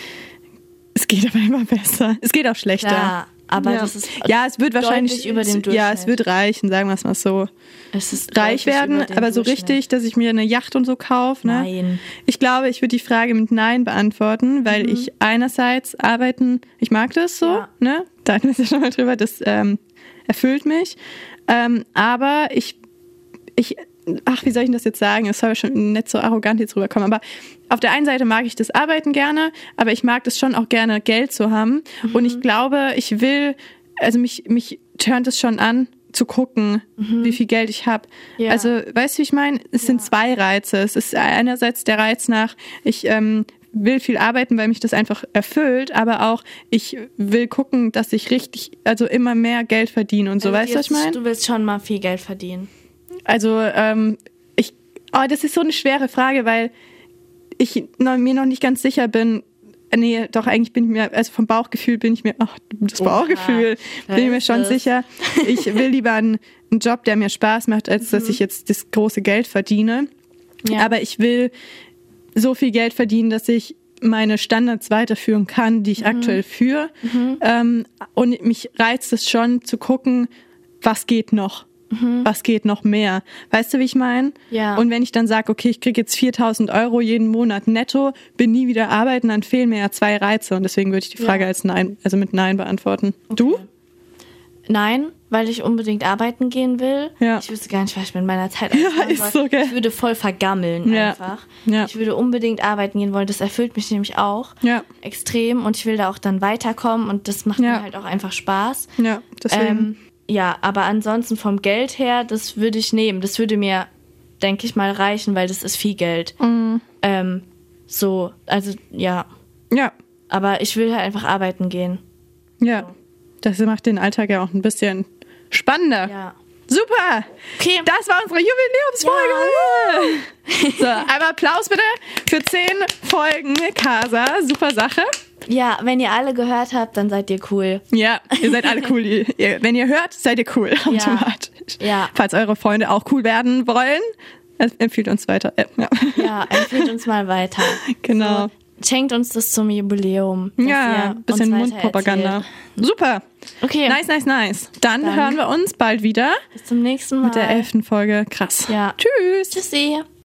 Es geht aber immer besser. Es geht auch schlechter. Ja, aber das ist es wird wahrscheinlich über dem Durchschnitt. Ja, es wird reichen, sagen wir es mal so. Es ist reich werden, aber so richtig, dass ich mir eine Yacht und so kaufe. Ne? Nein. Ich glaube, ich würde die Frage mit Nein beantworten, weil ich einerseits arbeiten, ich mag das so, ne? Da hatten wir es ja schon mal drüber, das erfüllt mich. Aber wie soll ich das jetzt sagen? Es soll ja schon nicht so arrogant jetzt rüberkommen. Aber auf der einen Seite mag ich das Arbeiten gerne, aber ich mag das schon auch gerne, Geld zu haben. Und ich glaube, mich turnt es schon an, zu gucken, wie viel Geld ich habe. Ja. Also, weißt du, wie ich meine? Es sind zwei Reize. Es ist einerseits der Reiz nach, ich will viel arbeiten, weil mich das einfach erfüllt, aber auch ich will gucken, dass ich immer mehr Geld verdiene und so. Weißt du, was ich meine? Du willst schon mal viel Geld verdienen. Also, das ist so eine schwere Frage, weil ich mir noch nicht ganz sicher bin. Nee, doch, eigentlich bin ich mir, also vom Bauchgefühl bin ich mir, Bauchgefühl bin ich mir schon sicher. Ich will lieber einen Job, der mir Spaß macht, als dass ich jetzt das große Geld verdiene. Ja. Aber ich will so viel Geld verdienen, dass ich meine Standards weiterführen kann, die ich aktuell führe. Und mich reizt es schon zu gucken, was geht noch. Was geht noch mehr? Weißt du, wie ich meine? Ja. Und wenn ich dann sage, okay, ich kriege jetzt 4.000 € jeden Monat netto, bin nie wieder arbeiten, dann fehlen mir ja zwei Reize. Und deswegen würde ich die Frage mit Nein beantworten. Okay. Du? Nein, weil ich unbedingt arbeiten gehen will. Ja. Ich wüsste gar nicht, was ich mit meiner Zeit ist so geil. Ich würde voll vergammeln einfach. Ja. Ich würde unbedingt arbeiten gehen wollen. Das erfüllt mich nämlich auch extrem. Und ich will da auch dann weiterkommen. Und das macht mir halt auch einfach Spaß. Ja, deswegen... Ja, aber ansonsten vom Geld her, das würde ich nehmen. Das würde mir, denke ich mal, reichen, weil das ist viel Geld. Ja. Aber ich will halt einfach arbeiten gehen. Ja, so. Das macht den Alltag ja auch ein bisschen spannender. Ja. Super! Okay. Das war unsere Jubiläumsfolge! So, einmal Applaus bitte für 10 Folgen Casa. Super Sache. Ja, wenn ihr alle gehört habt, dann seid ihr cool. Ja, ihr seid alle cool. Wenn ihr hört, seid ihr cool automatisch. Ja. Falls eure Freunde auch cool werden wollen, empfiehlt uns weiter. Ja, empfiehlt uns mal weiter. Genau. So, schenkt uns das zum Jubiläum. Ja, ein bisschen Mundpropaganda. Super. Okay. Nice. Dann hören wir uns bald wieder. Bis zum nächsten Mal. Mit der 11. Folge. Krass. Ja. Tschüss. Tschüssi.